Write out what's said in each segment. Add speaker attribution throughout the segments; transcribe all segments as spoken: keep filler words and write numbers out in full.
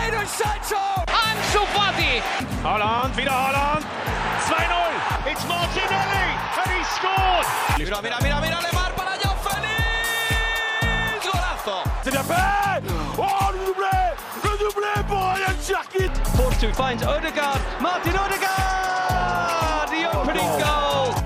Speaker 1: Jadon Sancho!
Speaker 2: Ansu Fati!
Speaker 3: Haaland, wieder Haaland! zwei null! It's Martinelli! And he scored!
Speaker 1: Mira, mira, mira, mira, Lemar para João Félix! Golazo!
Speaker 3: C'est bien fait! Oh, le doublé! Le doublé pour Ryan Cherki!
Speaker 2: Force finds Odegaard. Martin Odegaard! The opening goal!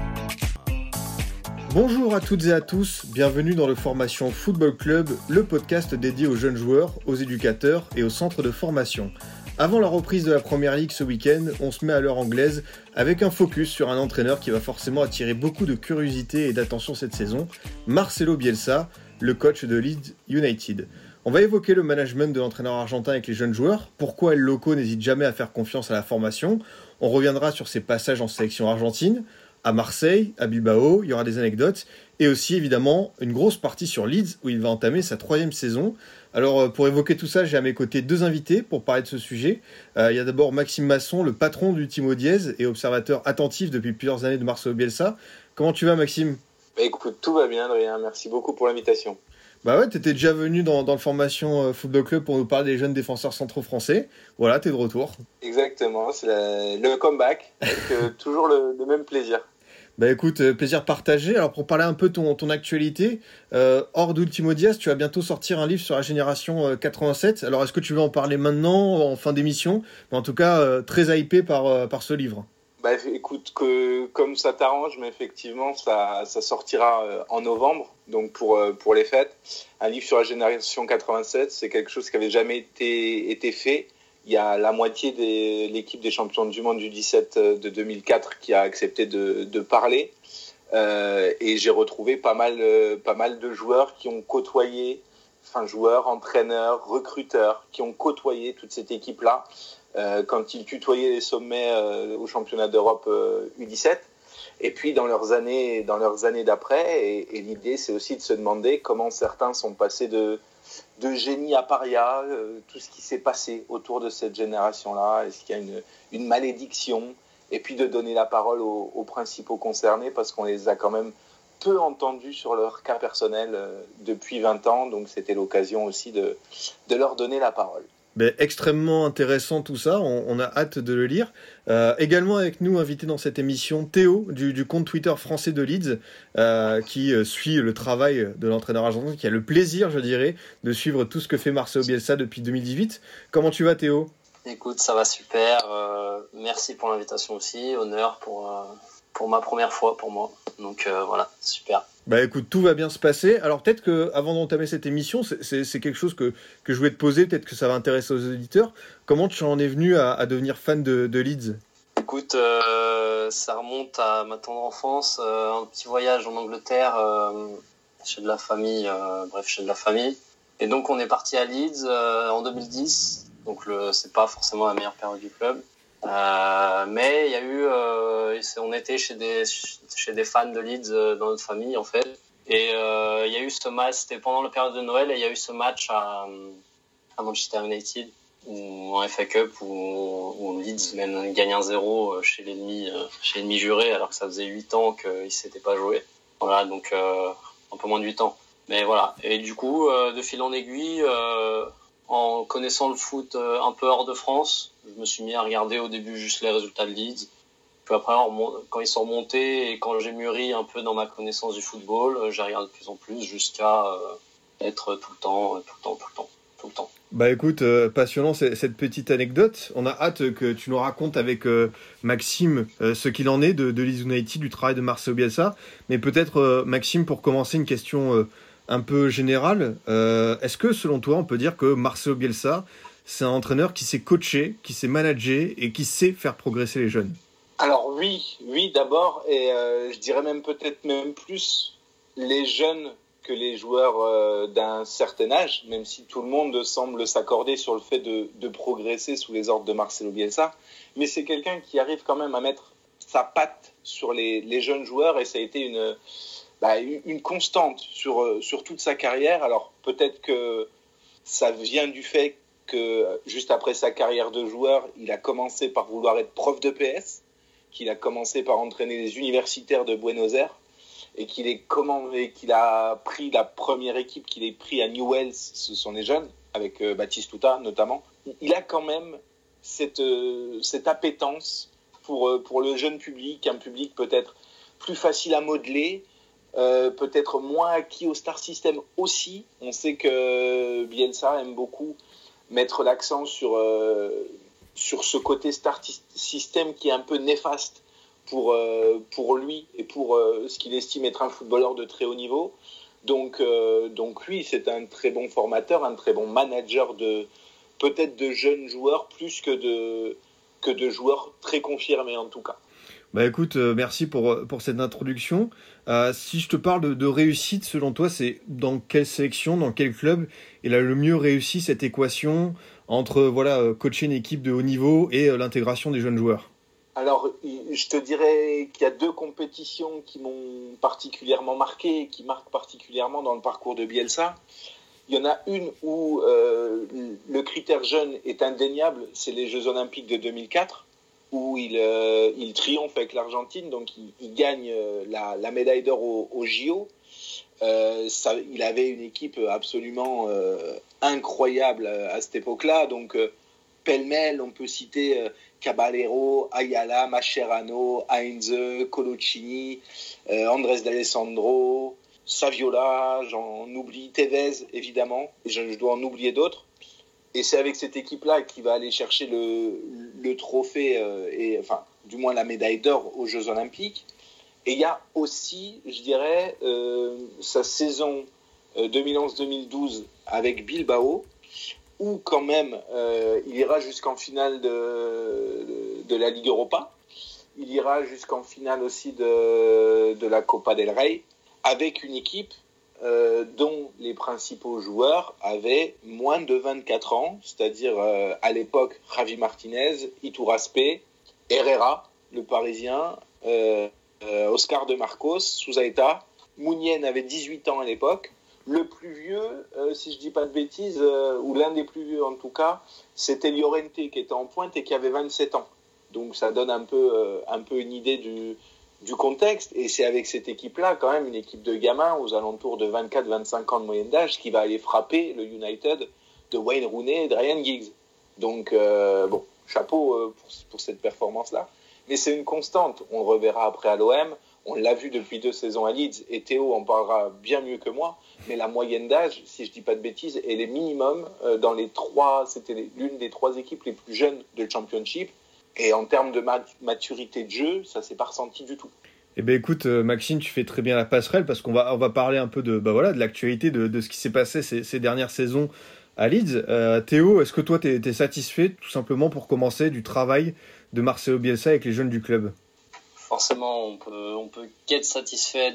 Speaker 4: Bonjour à toutes et à tous, bienvenue dans le Formation Football Club, le podcast dédié aux jeunes joueurs, aux éducateurs et aux centres de formation. Avant la reprise de la Première Ligue ce week-end, on se met à l'heure anglaise avec un focus sur un entraîneur qui va forcément attirer beaucoup de curiosité et d'attention cette saison, Marcelo Bielsa, le coach de Leeds United. On va évoquer le management de l'entraîneur argentin avec les jeunes joueurs, pourquoi les locaux n'hésitent jamais à faire confiance à la formation, on reviendra sur ses passages en sélection argentine, à Marseille, à Bilbao, il y aura des anecdotes, et aussi évidemment une grosse partie sur Leeds où il va entamer sa troisième saison. Alors pour évoquer tout ça, j'ai à mes côtés deux invités pour parler de ce sujet. Euh, il y a d'abord Maxime Masson, le patron du Timo Diez et observateur attentif depuis plusieurs années de Marcelo Bielsa. Comment tu vas Maxime ?
Speaker 5: Bah écoute, tout va bien Adrien, merci beaucoup pour l'invitation.
Speaker 4: Bah ouais, t'étais déjà venu dans, dans le Formation Football Club pour nous parler des jeunes défenseurs centraux français. Voilà, t'es de retour.
Speaker 5: Exactement, c'est la, le comeback, avec euh, toujours le, le même plaisir.
Speaker 4: Bah écoute, euh, plaisir partagé. Alors pour parler un peu de ton, ton actualité, euh, hors d'Ultimo Diaz, tu vas bientôt sortir un livre sur la génération euh, quatre-vingt-sept. Alors est-ce que tu veux en parler maintenant, en fin d'émission ? Mais en tout cas, euh, très hypé par, euh, par ce livre.
Speaker 5: Bah écoute, que, comme ça t'arrange, mais effectivement, ça, ça sortira euh, en novembre, donc pour, euh, pour les fêtes. Un livre sur la génération quatre-vingt-sept, c'est quelque chose qui avait jamais été, été fait. Il y a la moitié de l'équipe des champions du monde du dix-sept de deux mille quatre qui a accepté de, de parler. Euh, et j'ai retrouvé pas mal, euh, pas mal de joueurs qui ont côtoyé, enfin joueurs, entraîneurs, recruteurs, qui ont côtoyé toute cette équipe-là euh, quand ils tutoyaient les sommets euh, au championnat d'Europe euh, U dix-sept. Et puis dans leurs années, dans leurs années d'après. Et, et l'idée, c'est aussi de se demander comment certains sont passés de de génie à paria, euh, tout ce qui s'est passé autour de cette génération-là, est-ce qu'il y a une, une malédiction, et puis de donner la parole aux, aux principaux concernés, parce qu'on les a quand même peu entendus sur leur cas personnel euh, depuis vingt ans, donc c'était l'occasion aussi de, de leur donner la parole.
Speaker 4: Ben, extrêmement intéressant tout ça, on, on a hâte de le lire. Euh, également avec nous, invité dans cette émission, Théo, du, du compte Twitter français de Leeds, euh, qui euh, suit le travail de l'entraîneur argentin, qui a le plaisir, je dirais, de suivre tout ce que fait Marcelo Bielsa depuis deux mille dix-huit. Comment tu vas Théo ?
Speaker 6: Écoute, ça va super, euh, merci pour l'invitation aussi, honneur pour, euh, pour ma première fois pour moi, donc euh, voilà, super.
Speaker 4: Bah écoute, tout va bien se passer. Alors peut-être que avant d'entamer cette émission, c'est, c'est, c'est quelque chose que, que je voulais te poser, peut-être que ça va intéresser aux auditeurs. Comment tu en es venu à, à devenir fan de, de Leeds ?
Speaker 6: Écoute, euh, ça remonte à ma tendre enfance, euh, un petit voyage en Angleterre, euh, chez de la famille, euh, bref, chez de la famille. Et donc on est parti à Leeds euh, en deux mille dix, donc le, c'est pas forcément la meilleure période du club. Euh, mais il y a eu, euh, on était chez des chez des fans de Leeds euh, dans notre famille en fait, et euh, il y a eu ce match, c'était pendant la période de Noël, et il y a eu ce match à, à Manchester United ou en F A Cup où, où Leeds mène, gagne un zéro chez l'ennemi euh, chez l'ennemi juré alors que ça faisait huit ans qu'il s'était pas joué. Voilà, donc euh, un peu moins de huit ans. Mais voilà, et du coup euh, de fil en aiguille. Euh, En connaissant le foot un peu hors de France, je me suis mis à regarder au début juste les résultats de Leeds. Puis après, quand ils sont remontés et quand j'ai mûri un peu dans ma connaissance du football, j'ai regardé de plus en plus jusqu'à être tout le temps, tout le temps, tout le temps, tout le temps.
Speaker 4: Bah écoute, euh, passionnant cette petite anecdote. On a hâte que tu nous racontes avec euh, Maxime euh, ce qu'il en est de, de Leeds United, du travail de Marcelo Bielsa. Mais peut-être, euh, Maxime, pour commencer, une question... Euh, un peu général, euh, est-ce que selon toi on peut dire que Marcelo Bielsa c'est un entraîneur qui sait coacher, qui sait manager et qui sait faire progresser les jeunes ?
Speaker 5: Alors oui, oui d'abord, et euh, je dirais même peut-être même plus les jeunes que les joueurs euh, d'un certain âge, même si tout le monde semble s'accorder sur le fait de, de progresser sous les ordres de Marcelo Bielsa, mais c'est quelqu'un qui arrive quand même à mettre sa patte sur les, les jeunes joueurs, et ça a été une... Bah, une constante sur, sur toute sa carrière. Alors peut-être que ça vient du fait que juste après sa carrière de joueur, il a commencé par vouloir être prof de P S, qu'il a commencé par entraîner les universitaires de Buenos Aires, et qu'il est comment et qu'il a pris la première équipe qu'il ait pris à Newell's, ce sont les jeunes avec euh, Batistuta notamment. Il a quand même cette euh, cette appétence pour euh, pour le jeune public, un public peut-être plus facile à modeler, euh, peut-être moins acquis au star system aussi. On sait que Bielsa aime beaucoup mettre l'accent sur euh, sur ce côté star system qui est un peu néfaste pour euh, pour lui et pour euh, ce qu'il estime être un footballeur de très haut niveau. Donc euh, donc lui, c'est un très bon formateur, un très bon manager de peut-être de jeunes joueurs plus que de que de joueurs très confirmés en tout cas.
Speaker 4: Bah écoute, euh, merci pour, pour cette introduction. Euh, si je te parle de, de réussite, selon toi, c'est dans quelle sélection, dans quel club il a le mieux réussi cette équation entre voilà, euh, coacher une équipe de haut niveau et euh, l'intégration des jeunes joueurs?
Speaker 5: Alors, je te dirais qu'il y a deux compétitions qui m'ont particulièrement marqué, et qui marquent particulièrement dans le parcours de Bielsa. Il y en a une où euh, le critère jeune est indéniable, c'est les Jeux Olympiques de deux mille quatre. Où il, euh, il triomphe avec l'Argentine, donc il, il gagne euh, la, la médaille d'or au, au J O. Euh, ça, il avait une équipe absolument euh, incroyable à cette époque-là, donc euh, pêle-mêle, on peut citer euh, Caballero, Ayala, Mascherano, Heinze, Coloccini, euh, Andrés d'Alessandro, Saviola, j'en oublie Tevez évidemment, et je, je dois en oublier d'autres. Et c'est avec cette équipe-là qu'il va aller chercher le, le trophée, euh, et, enfin, du moins la médaille d'or aux Jeux Olympiques. Et il y a aussi, je dirais, euh, sa saison euh, deux mille onze deux mille douze avec Bilbao, où quand même euh, il ira jusqu'en finale de, de, de la Ligue Europa. Il ira jusqu'en finale aussi de, de la Copa del Rey, avec une équipe Euh, dont les principaux joueurs avaient moins de vingt-quatre ans, c'est-à-dire euh, à l'époque Javi Martinez, Iturraspe, Herrera, le Parisien, euh, euh, Oscar de Marcos, Sousaeta, Mounien avait dix-huit ans à l'époque. Le plus vieux, euh, si je dis pas de bêtises, euh, ou l'un des plus vieux en tout cas, c'était Llorente qui était en pointe et qui avait vingt-sept ans. Donc ça donne un peu, euh, un peu une idée du du contexte, et c'est avec cette équipe-là, quand même, une équipe de gamins aux alentours de vingt-quatre vingt-cinq ans de moyenne d'âge, qui va aller frapper le United de Wayne Rooney et de Ryan Giggs. Donc, euh, bon, chapeau euh, pour, pour cette performance-là. Mais c'est une constante. On le reverra après à l'O M. On l'a vu depuis deux saisons à Leeds, et Théo en parlera bien mieux que moi. Mais la moyenne d'âge, si je dis pas de bêtises, elle est minimum euh, dans les trois, c'était les, l'une des trois équipes les plus jeunes de Championship. Et en termes de mat- maturité de jeu, ça s'est pas ressenti du tout.
Speaker 4: Eh ben écoute, euh, Maxime, tu fais très bien la passerelle parce qu'on va on va parler un peu de bah voilà de l'actualité de, de ce qui s'est passé ces, ces dernières saisons à Leeds. Euh, Théo, est-ce que toi t'es, t'es satisfait tout simplement pour commencer du travail de Marcelo Bielsa avec les jeunes du club?
Speaker 6: Forcément, on peut on peut qu'être satisfait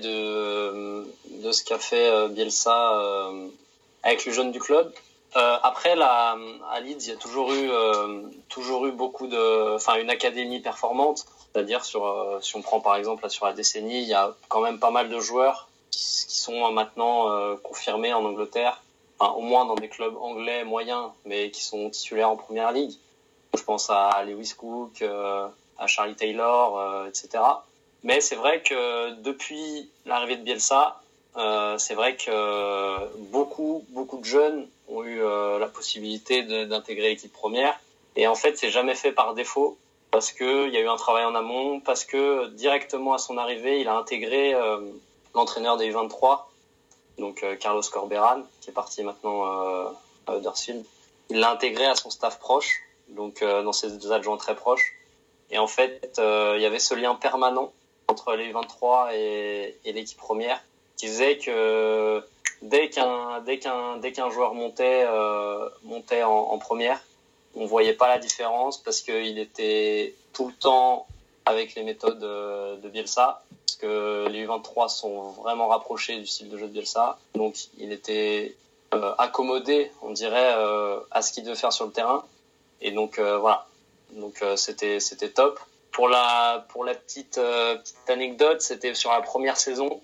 Speaker 6: de de ce qu'a fait Bielsa euh, avec les jeunes du club. Euh, après, là, à Leeds, il y a toujours eu, euh, toujours eu beaucoup de, enfin, une académie performante. C'est-à-dire, sur, euh, si on prend par exemple là, sur la décennie, il y a quand même pas mal de joueurs qui, qui sont maintenant euh, confirmés en Angleterre, enfin, au moins dans des clubs anglais moyens, mais qui sont titulaires en première ligue. Je pense à Lewis Cook, euh, à Charlie Taylor, euh, et cetera. Mais c'est vrai que depuis l'arrivée de Bielsa, euh, c'est vrai que beaucoup, beaucoup de jeunes ont eu euh, la possibilité de, d'intégrer l'équipe première. Et en fait, c'est jamais fait par défaut, parce que il y a eu un travail en amont, parce que directement à son arrivée, il a intégré euh, l'entraîneur des U vingt-trois, donc euh, Carlos Corberan, qui est parti maintenant euh, à Huddersfield. Il l'a intégré à son staff proche, donc euh, dans ses adjoints très proches. Et en fait, euh, il y avait ce lien permanent entre les U vingt-trois et, et l'équipe première, qui faisait que dès qu'un dès qu'un dès qu'un joueur montait euh, montait en, en première, on voyait pas la différence parce qu'il était tout le temps avec les méthodes de, de Bielsa, parce que les U vingt-trois sont vraiment rapprochés du style de jeu de Bielsa, donc il était euh, accommodé, on dirait, euh, à ce qu'il devait faire sur le terrain, et donc euh, voilà, donc euh, c'était c'était top. Pour la pour la petite euh, petite anecdote, c'était sur la première saison.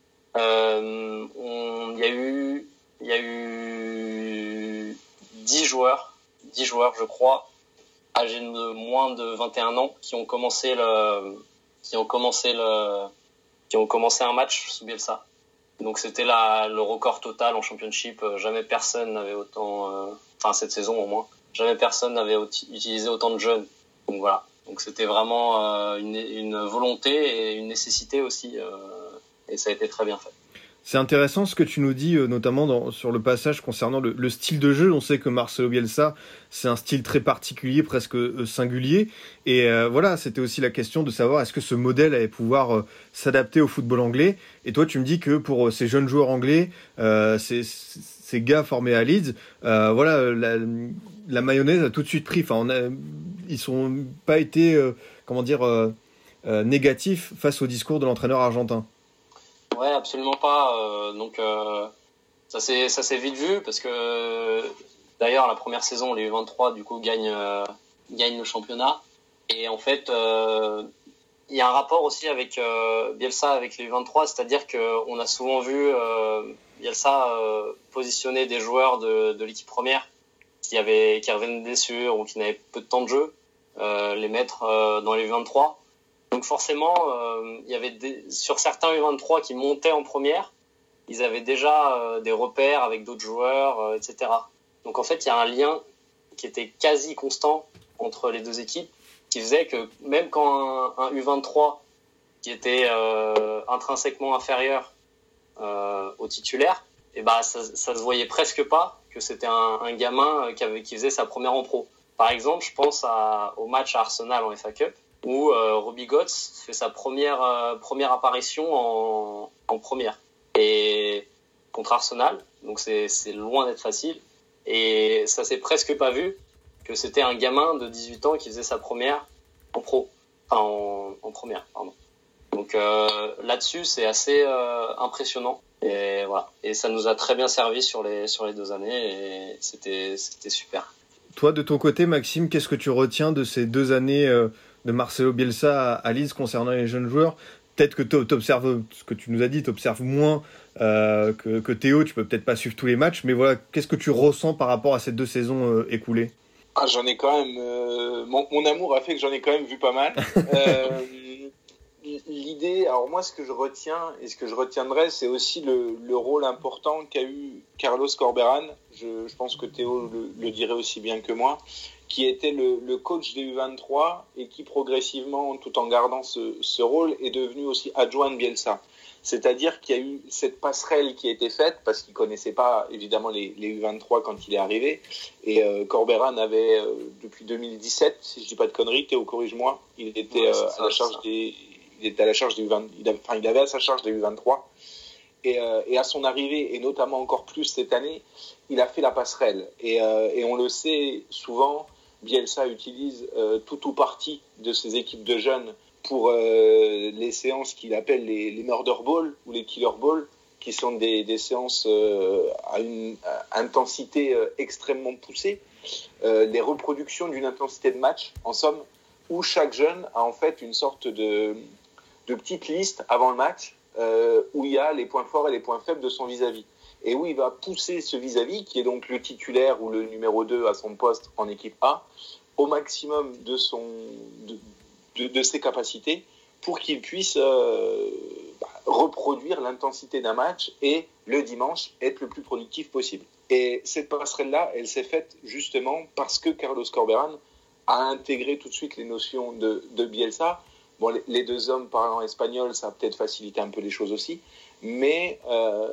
Speaker 6: Euh, on, il y a eu, il y a eu dix joueurs, dix joueurs, je crois, âgés de moins de vingt et un ans, qui ont commencé le, qui ont commencé le, qui ont commencé un match sous Bielsa. Donc c'était la, le record total en championship. Jamais personne n'avait autant, euh, enfin cette saison au moins, jamais personne n'avait utilisé autant de jeunes. Donc voilà. Donc c'était vraiment euh, une, une volonté et une nécessité aussi, euh, et ça a été très bien fait.
Speaker 4: C'est intéressant ce que tu nous dis, euh, notamment dans, sur le passage concernant le, le style de jeu. On sait que Marcelo Bielsa, c'est un style très particulier, presque euh, singulier. Et euh, voilà, c'était aussi la question de savoir est-ce que ce modèle allait pouvoir euh, s'adapter au football anglais. Et toi, tu me dis que pour euh, ces jeunes joueurs anglais, euh, ces, ces gars formés à Leeds, euh, voilà, la, la mayonnaise a tout de suite pris. Enfin, on a, ils sont pas été, euh, comment dire, euh, euh, négatifs face au discours de l'entraîneur argentin.
Speaker 6: Ouais, absolument pas. Euh, donc euh, ça s'est ça s'est vite vu parce que d'ailleurs la première saison les U vingt-trois du coup gagnent euh, gagnent le championnat et en fait euh, il y a un rapport aussi avec euh, Bielsa avec les U vingt-trois, c'est-à-dire que on a souvent vu euh, Bielsa euh, positionner des joueurs de de l'équipe première qui avaient qui revenaient de blessure ou qui n'avaient peu de temps de jeu, euh, les mettre euh, dans les U vingt-trois. Donc forcément, euh, il y avait des, sur certains U vingt-trois qui montaient en première, ils avaient déjà euh, des repères avec d'autres joueurs, euh, et cetera. Donc en fait, il y a un lien qui était quasi constant entre les deux équipes, qui faisait que même quand un, un U vingt-trois qui était euh, intrinsèquement inférieur euh, au titulaire, et ben ça, ça se voyait presque pas que c'était un, un gamin qui, avait, qui faisait sa première en pro. Par exemple, je pense à, au match à Arsenal en F A Cup, où euh, Robbie Gotts fait sa première euh, première apparition en, en première et contre Arsenal, donc c'est c'est loin d'être facile et ça s'est presque pas vu que c'était un gamin de dix-huit ans qui faisait sa première en pro, enfin en, en première pardon. Donc euh, là-dessus c'est assez euh, impressionnant et voilà, et ça nous a très bien servi sur les sur les deux années et c'était c'était super.
Speaker 4: Toi de ton côté Maxime, qu'est-ce que tu retiens de ces deux années euh... de Marcelo Bielsa à Leeds concernant les jeunes joueurs? Peut-être que tu observes ce que tu nous as dit, tu observes moins euh, que, que Théo, tu peux peut-être pas suivre tous les matchs, mais voilà, qu'est-ce que tu ressens par rapport à ces deux saisons euh, écoulées?
Speaker 5: Ah, j'en ai quand même. Euh, mon, mon amour a fait que j'en ai quand même vu pas mal. euh, l'idée, alors moi, ce que je retiens et ce que je retiendrai, c'est aussi le, le rôle important qu'a eu Carlos Corberán. Je, je pense que Théo le, le dirait aussi bien que moi, qui était le, le coach des U vingt-trois et qui progressivement, tout en gardant ce, ce rôle, est devenu aussi adjoint de Bielsa. C'est-à-dire qu'il y a eu cette passerelle qui a été faite, parce qu'il ne connaissait pas évidemment les, les U vingt-trois quand il est arrivé. Et euh, Corberán avait, euh, depuis deux mille dix-sept, si je ne dis pas de conneries, Théo, corrige-moi, il était, ouais, euh, à la charge des, il était à la charge des U vingt, il avait, enfin, il avait à sa charge des U vingt-trois. Et, euh, et à son arrivée, et notamment encore plus cette année, il a fait la passerelle. Et, euh, et on le sait souvent, Bielsa utilise euh, tout ou partie de ses équipes de jeunes pour euh, les séances qu'il appelle les, les murder balls ou les killer balls, qui sont des, des séances euh, à une à intensité euh, extrêmement poussée, euh, des reproductions d'une intensité de match, en somme, où chaque jeune a en fait une sorte de, de petite liste avant le match euh, où il y a les points forts et les points faibles de son vis-à-vis. Et où il va pousser ce vis-à-vis, qui est donc le titulaire ou le numéro deux à son poste en équipe A, au maximum de, son, de, de, de ses capacités pour qu'il puisse euh, bah, reproduire l'intensité d'un match et le dimanche être le plus productif possible. Et cette passerelle-là, elle s'est faite justement parce que Carlos Corberán a intégré tout de suite les notions de, de Bielsa. Bon, les, les deux hommes parlant espagnol, ça a peut-être facilité un peu les choses aussi, mais... Euh,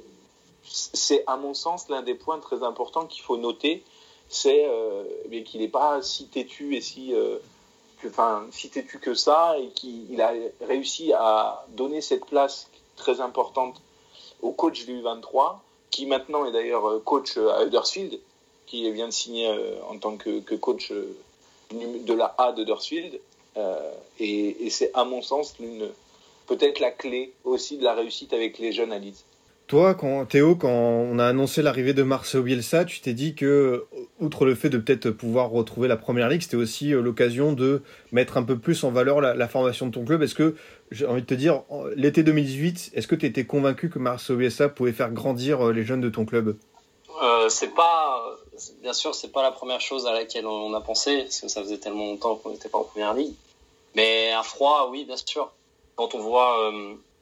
Speaker 5: c'est à mon sens l'un des points très importants qu'il faut noter, c'est euh, mais qu'il n'est pas si têtu et si, euh, que, enfin, si têtu que ça, et qu'il a réussi à donner cette place très importante au coach du U vingt-trois, qui maintenant est d'ailleurs coach à Huddersfield, qui vient de signer euh, en tant que, que coach euh, de la A de Huddersfield, euh, et, et c'est à mon sens l'une, peut-être la clé aussi de la réussite avec les jeunes à Leeds.
Speaker 4: Toi, quand, Théo, quand on a annoncé l'arrivée de Marcelo Bielsa, tu t'es dit que, outre le fait de peut-être pouvoir retrouver la Première Ligue, c'était aussi l'occasion de mettre un peu plus en valeur la, la formation de ton club. Est-ce que, j'ai envie de te dire, l'été deux mille dix-huit, est-ce que tu étais convaincu que Marcelo Bielsa pouvait faire grandir les jeunes de ton club ?
Speaker 6: euh, C'est pas, bien sûr, c'est pas la première chose à laquelle on a pensé, parce que ça faisait tellement longtemps qu'on n'était pas en Première Ligue. Mais à froid, oui, bien sûr. Quand on voit... Euh,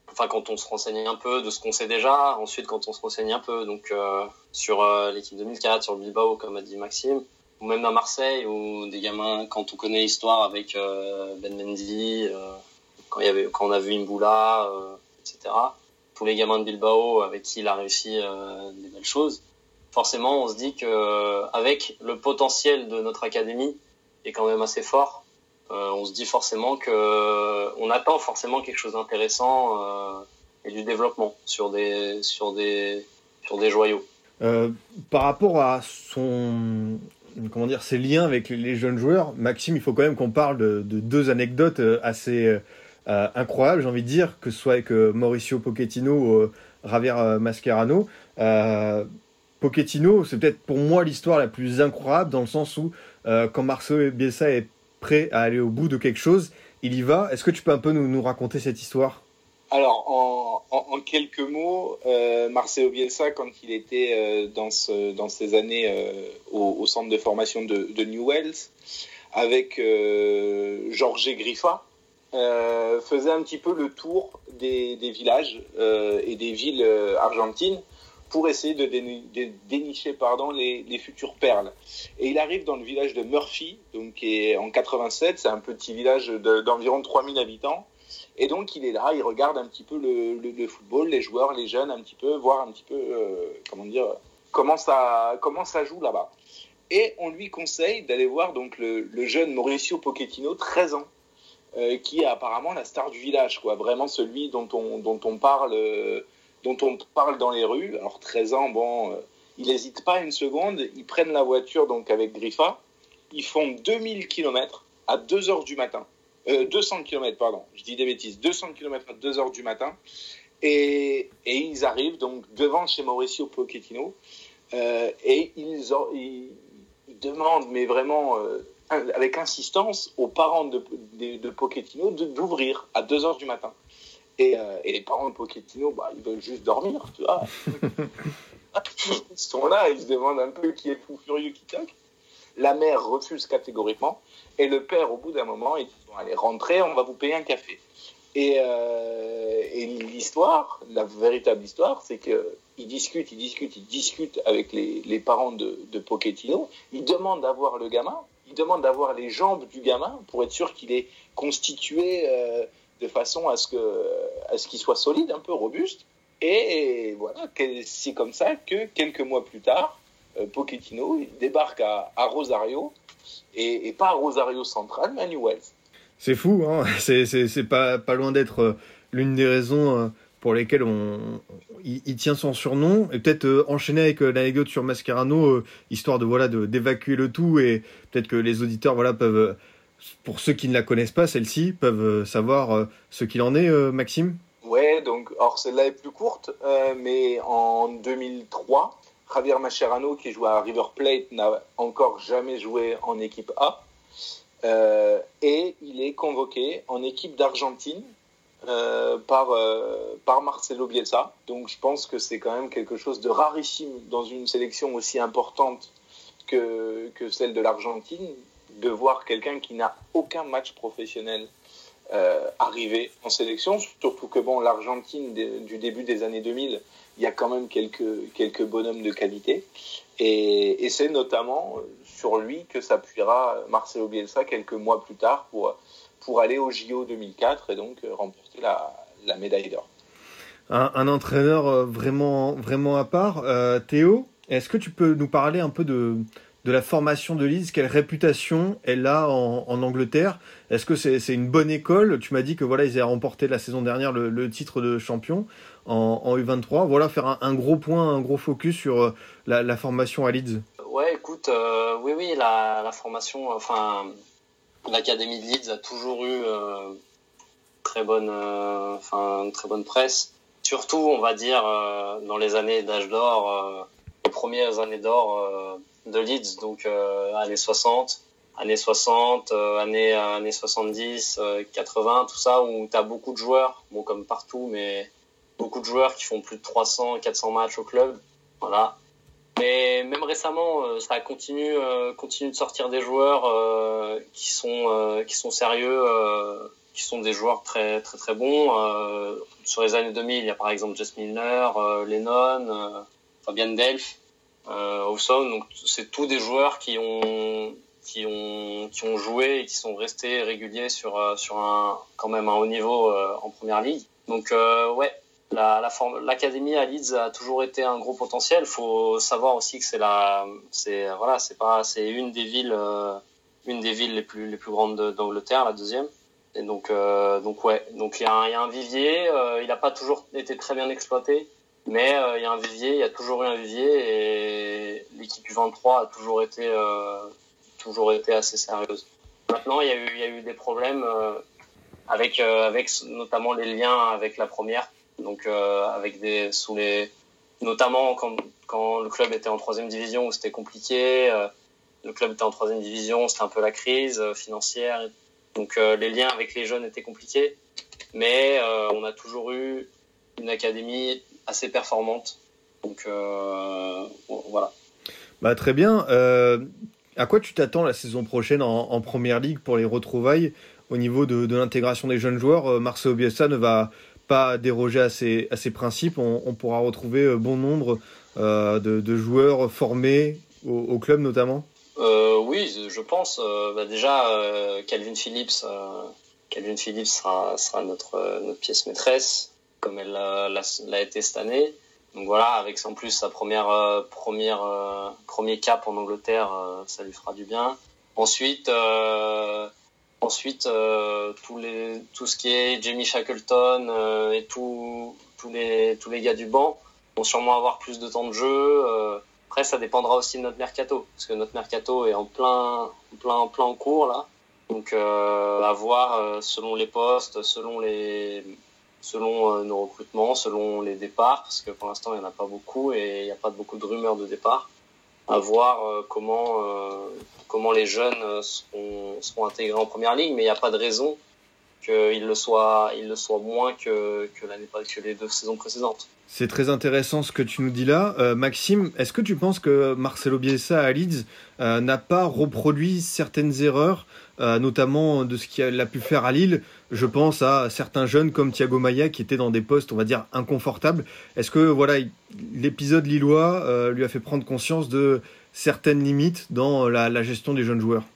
Speaker 6: enfin quand on se renseigne un peu de ce qu'on sait déjà, ensuite quand on se renseigne un peu donc euh, sur euh, l'équipe deux mille quatre, sur le Bilbao comme a dit Maxime, ou même à Marseille où des gamins, quand on connaît l'histoire avec euh, Ben Mendy, euh, quand il y avait quand on a vu Imboula, euh, et cetera. Tous les gamins de Bilbao avec qui il a réussi euh, des belles choses. Forcément, on se dit que avec le potentiel de notre académie qui est quand même assez fort, euh, on se dit forcément que on attend forcément quelque chose d'intéressant euh, et du développement sur des sur des sur des joyaux.
Speaker 4: Euh, par rapport à son comment dire ses liens avec les jeunes joueurs, Maxime, il faut quand même qu'on parle de, de deux anecdotes assez euh, incroyables, j'ai envie de dire, que ce soit avec euh, Mauricio Pochettino ou euh, Javier euh, Mascherano. Euh, Pochettino, c'est peut-être pour moi l'histoire la plus incroyable dans le sens où euh, quand Marcelo Bielsa est prêt à aller au bout de quelque chose, il y va. Est-ce que tu peux un peu nous, nous raconter cette histoire ?
Speaker 5: Alors, en, en, en quelques mots, euh, Marcelo Bielsa, quand il était euh, dans, ce, dans ces années euh, au, au centre de formation de, de Newell's, avec euh, Jorge Griffa, euh, faisait un petit peu le tour des, des villages euh, et des villes euh, argentines pour essayer de, déni- de dénicher pardon, les, les futures perles. Et il arrive dans le village de Murphy, donc qui est en quatre-vingt-sept, c'est un petit village de, d'environ trois mille habitants. Et donc il est là, il regarde un petit peu le, le, le football, les joueurs, les jeunes, un petit peu, voir un petit peu, euh, comment dire, comment ça, comment ça joue là-bas. Et on lui conseille d'aller voir donc le, le jeune Mauricio Pochettino, treize ans, euh, qui est apparemment la star du village, quoi. Vraiment celui dont on, dont on parle, euh, dont on parle dans les rues. Alors treize ans, bon, euh, il n'hésite pas une seconde, ils prennent la voiture donc avec Griffa, ils font deux mille kilomètres à deux heures du matin. Euh, deux cents kilomètres, pardon, je dis des bêtises, deux cents kilomètres à deux heures du matin, et, et ils arrivent donc devant chez Mauricio Pochettino, euh, et ils, ont, ils, ils demandent, mais vraiment euh, avec insistance, aux parents de, de, de Pochettino de, d'ouvrir à deux heures du matin. Et, euh, et les parents de Pochettino, bah, ils veulent juste dormir, tu vois. Ils sont là, ils se demandent un peu qui est fou furieux qui toque. La mère refuse catégoriquement. Et le père, au bout d'un moment, il dit bon, allez, rentrez, on va vous payer un café. Et, euh, et l'histoire, la véritable histoire, c'est qu'ils discutent, ils discutent, ils discutent avec les, les parents de, de Pochettino. Ils demandent d'avoir le gamin, ils demandent d'avoir les jambes du gamin pour être sûr qu'il est constitué euh, de façon à ce, que, à ce qu'il soit solide, un peu robuste. Et voilà, c'est comme ça que quelques mois plus tard, Pochettino il débarque à, à Rosario. Et, et pas à Rosario Central, mais à Newell's.
Speaker 4: C'est fou, hein, c'est, c'est, c'est pas, pas loin d'être euh, l'une des raisons euh, pour lesquelles on, on, il, il tient son surnom. Et peut-être euh, enchaîner avec euh, l'anecdote sur Mascherano, euh, histoire de, voilà, de, d'évacuer le tout. Et peut-être que les auditeurs, voilà, peuvent, euh, pour ceux qui ne la connaissent pas, celle-ci, peuvent euh, savoir euh, ce qu'il en est, euh, Maxime.
Speaker 5: Ouais, donc, or celle-là est plus courte, euh, mais en deux mille trois, Javier Mascherano, qui jouait à River Plate, n'a encore jamais joué en équipe A. Euh, et il est convoqué en équipe d'Argentine euh, par, euh, par Marcelo Bielsa. Donc je pense que c'est quand même quelque chose de rarissime dans une sélection aussi importante que, que celle de l'Argentine, de voir quelqu'un qui n'a aucun match professionnel euh, arriver en sélection. Surtout que bon, l'Argentine de, du début des années deux mille, il y a quand même quelques, quelques bonhommes de qualité. Et, et c'est notamment sur lui que s'appuiera Marcelo Bielsa quelques mois plus tard pour, pour aller au J O deux mille quatre et donc remporter la, la médaille d'or.
Speaker 4: Un, un entraîneur vraiment, vraiment à part. Euh, Théo, est-ce que tu peux nous parler un peu de, de la formation de Leeds ? Quelle réputation elle a en, en Angleterre ? Est-ce que c'est, c'est une bonne école ? Tu m'as dit que voilà, ils avaient remporté la saison dernière le, le titre de champion en, en U vingt-trois. Voilà, faire un, un gros point, un gros focus sur la, la formation à Leeds.
Speaker 6: Ouais, écoute, euh, oui, oui, la, la formation, enfin, l'académie de Leeds a toujours eu euh, très bonne, euh, enfin, très bonne presse. Surtout, on va dire, euh, dans les années d'âge d'or, euh, les premières années d'or euh, de Leeds, donc euh, années soixante, années soixante, euh, années, euh, années soixante-dix, euh, quatre-vingts, tout ça, où tu as beaucoup de joueurs, bon, comme partout, mais beaucoup de joueurs qui font plus de trois cents, quatre cents matchs au club. Voilà. Mais même récemment, euh, ça continue, euh, continue de sortir des joueurs euh, qui sont, euh, qui sont sérieux, euh, qui sont des joueurs très très très bons. Euh, sur les années deux mille, il y a par exemple Jess Milner, euh, Lennon, euh, Fabian Delph, euh, Hawson. Donc c'est tous des joueurs qui ont qui ont qui ont joué et qui sont restés réguliers sur euh, sur un quand même un haut niveau euh, en première ligue. Donc euh, ouais, la la forme, l'académie à Leeds a toujours été un gros potentiel. Faut savoir aussi que c'est la c'est voilà, c'est pas c'est une des villes euh, une des villes les plus les plus grandes de, d'Angleterre, la deuxième. Et donc euh, donc ouais, donc il y a un il y a un vivier, euh, il a pas toujours été très bien exploité, mais euh, il y a un vivier, il y a toujours eu un vivier et l'équipe U vingt-trois a toujours été euh, toujours été assez sérieuse. Maintenant, il y a eu il y a eu des problèmes euh, avec euh, avec notamment les liens avec la première, donc euh, avec des sous les notamment quand quand le club était en troisième division où c'était compliqué, euh, le club était en troisième division, c'était un peu la crise euh, financière. Donc euh, les liens avec les jeunes étaient compliqués, mais euh, on a toujours eu une académie assez performante. Donc euh, voilà.
Speaker 4: Bah, très bien. Euh, à quoi tu t'attends la saison prochaine en, en Première Ligue pour les retrouvailles au niveau de, de l'intégration des jeunes joueurs? euh, Marcelo Bielsa ne va pas déroger à ses, à ses principes. On, on pourra retrouver bon nombre euh, de, de joueurs formés au, au club notamment.
Speaker 6: Euh, oui, je pense. Euh, bah déjà, euh, Calvin Phillips, euh, Calvin Phillips sera, sera notre, euh, notre pièce maîtresse, comme elle l'a, l'a, l'a été cette année. Donc voilà, avec en plus sa première, euh, première, euh, premier cap en Angleterre, euh, ça lui fera du bien. Ensuite, euh, ensuite euh, tous les, tout ce qui est Jamie Shackleton euh, et tout, tous les, tous les gars du banc vont sûrement avoir plus de temps de jeu. Euh, Après, ça dépendra aussi de notre mercato, parce que notre mercato est en plein, en plein, en plein en cours là. Donc, euh, à voir euh, selon les postes, selon les, selon euh, nos recrutements, selon les départs, parce que pour l'instant il y en a pas beaucoup et il n'y a pas beaucoup de rumeurs de départ. À voir euh, comment, euh, comment les jeunes seront, seront intégrés en première ligue, mais il n'y a pas de raison qu'ils le soient, ils le soient moins que que l'année que les deux saisons précédentes.
Speaker 4: C'est très intéressant ce que tu nous dis là. Euh, Maxime, est-ce que tu penses que Marcelo Bielsa à Leeds euh, n'a pas reproduit certaines erreurs, euh, notamment de ce qu'il a pu faire à Lille? Je pense à certains jeunes comme Thiago Maia qui étaient dans des postes, on va dire, inconfortables. Est-ce que voilà, l'épisode lillois euh, lui a fait prendre conscience de certaines limites dans la, la gestion des jeunes joueurs?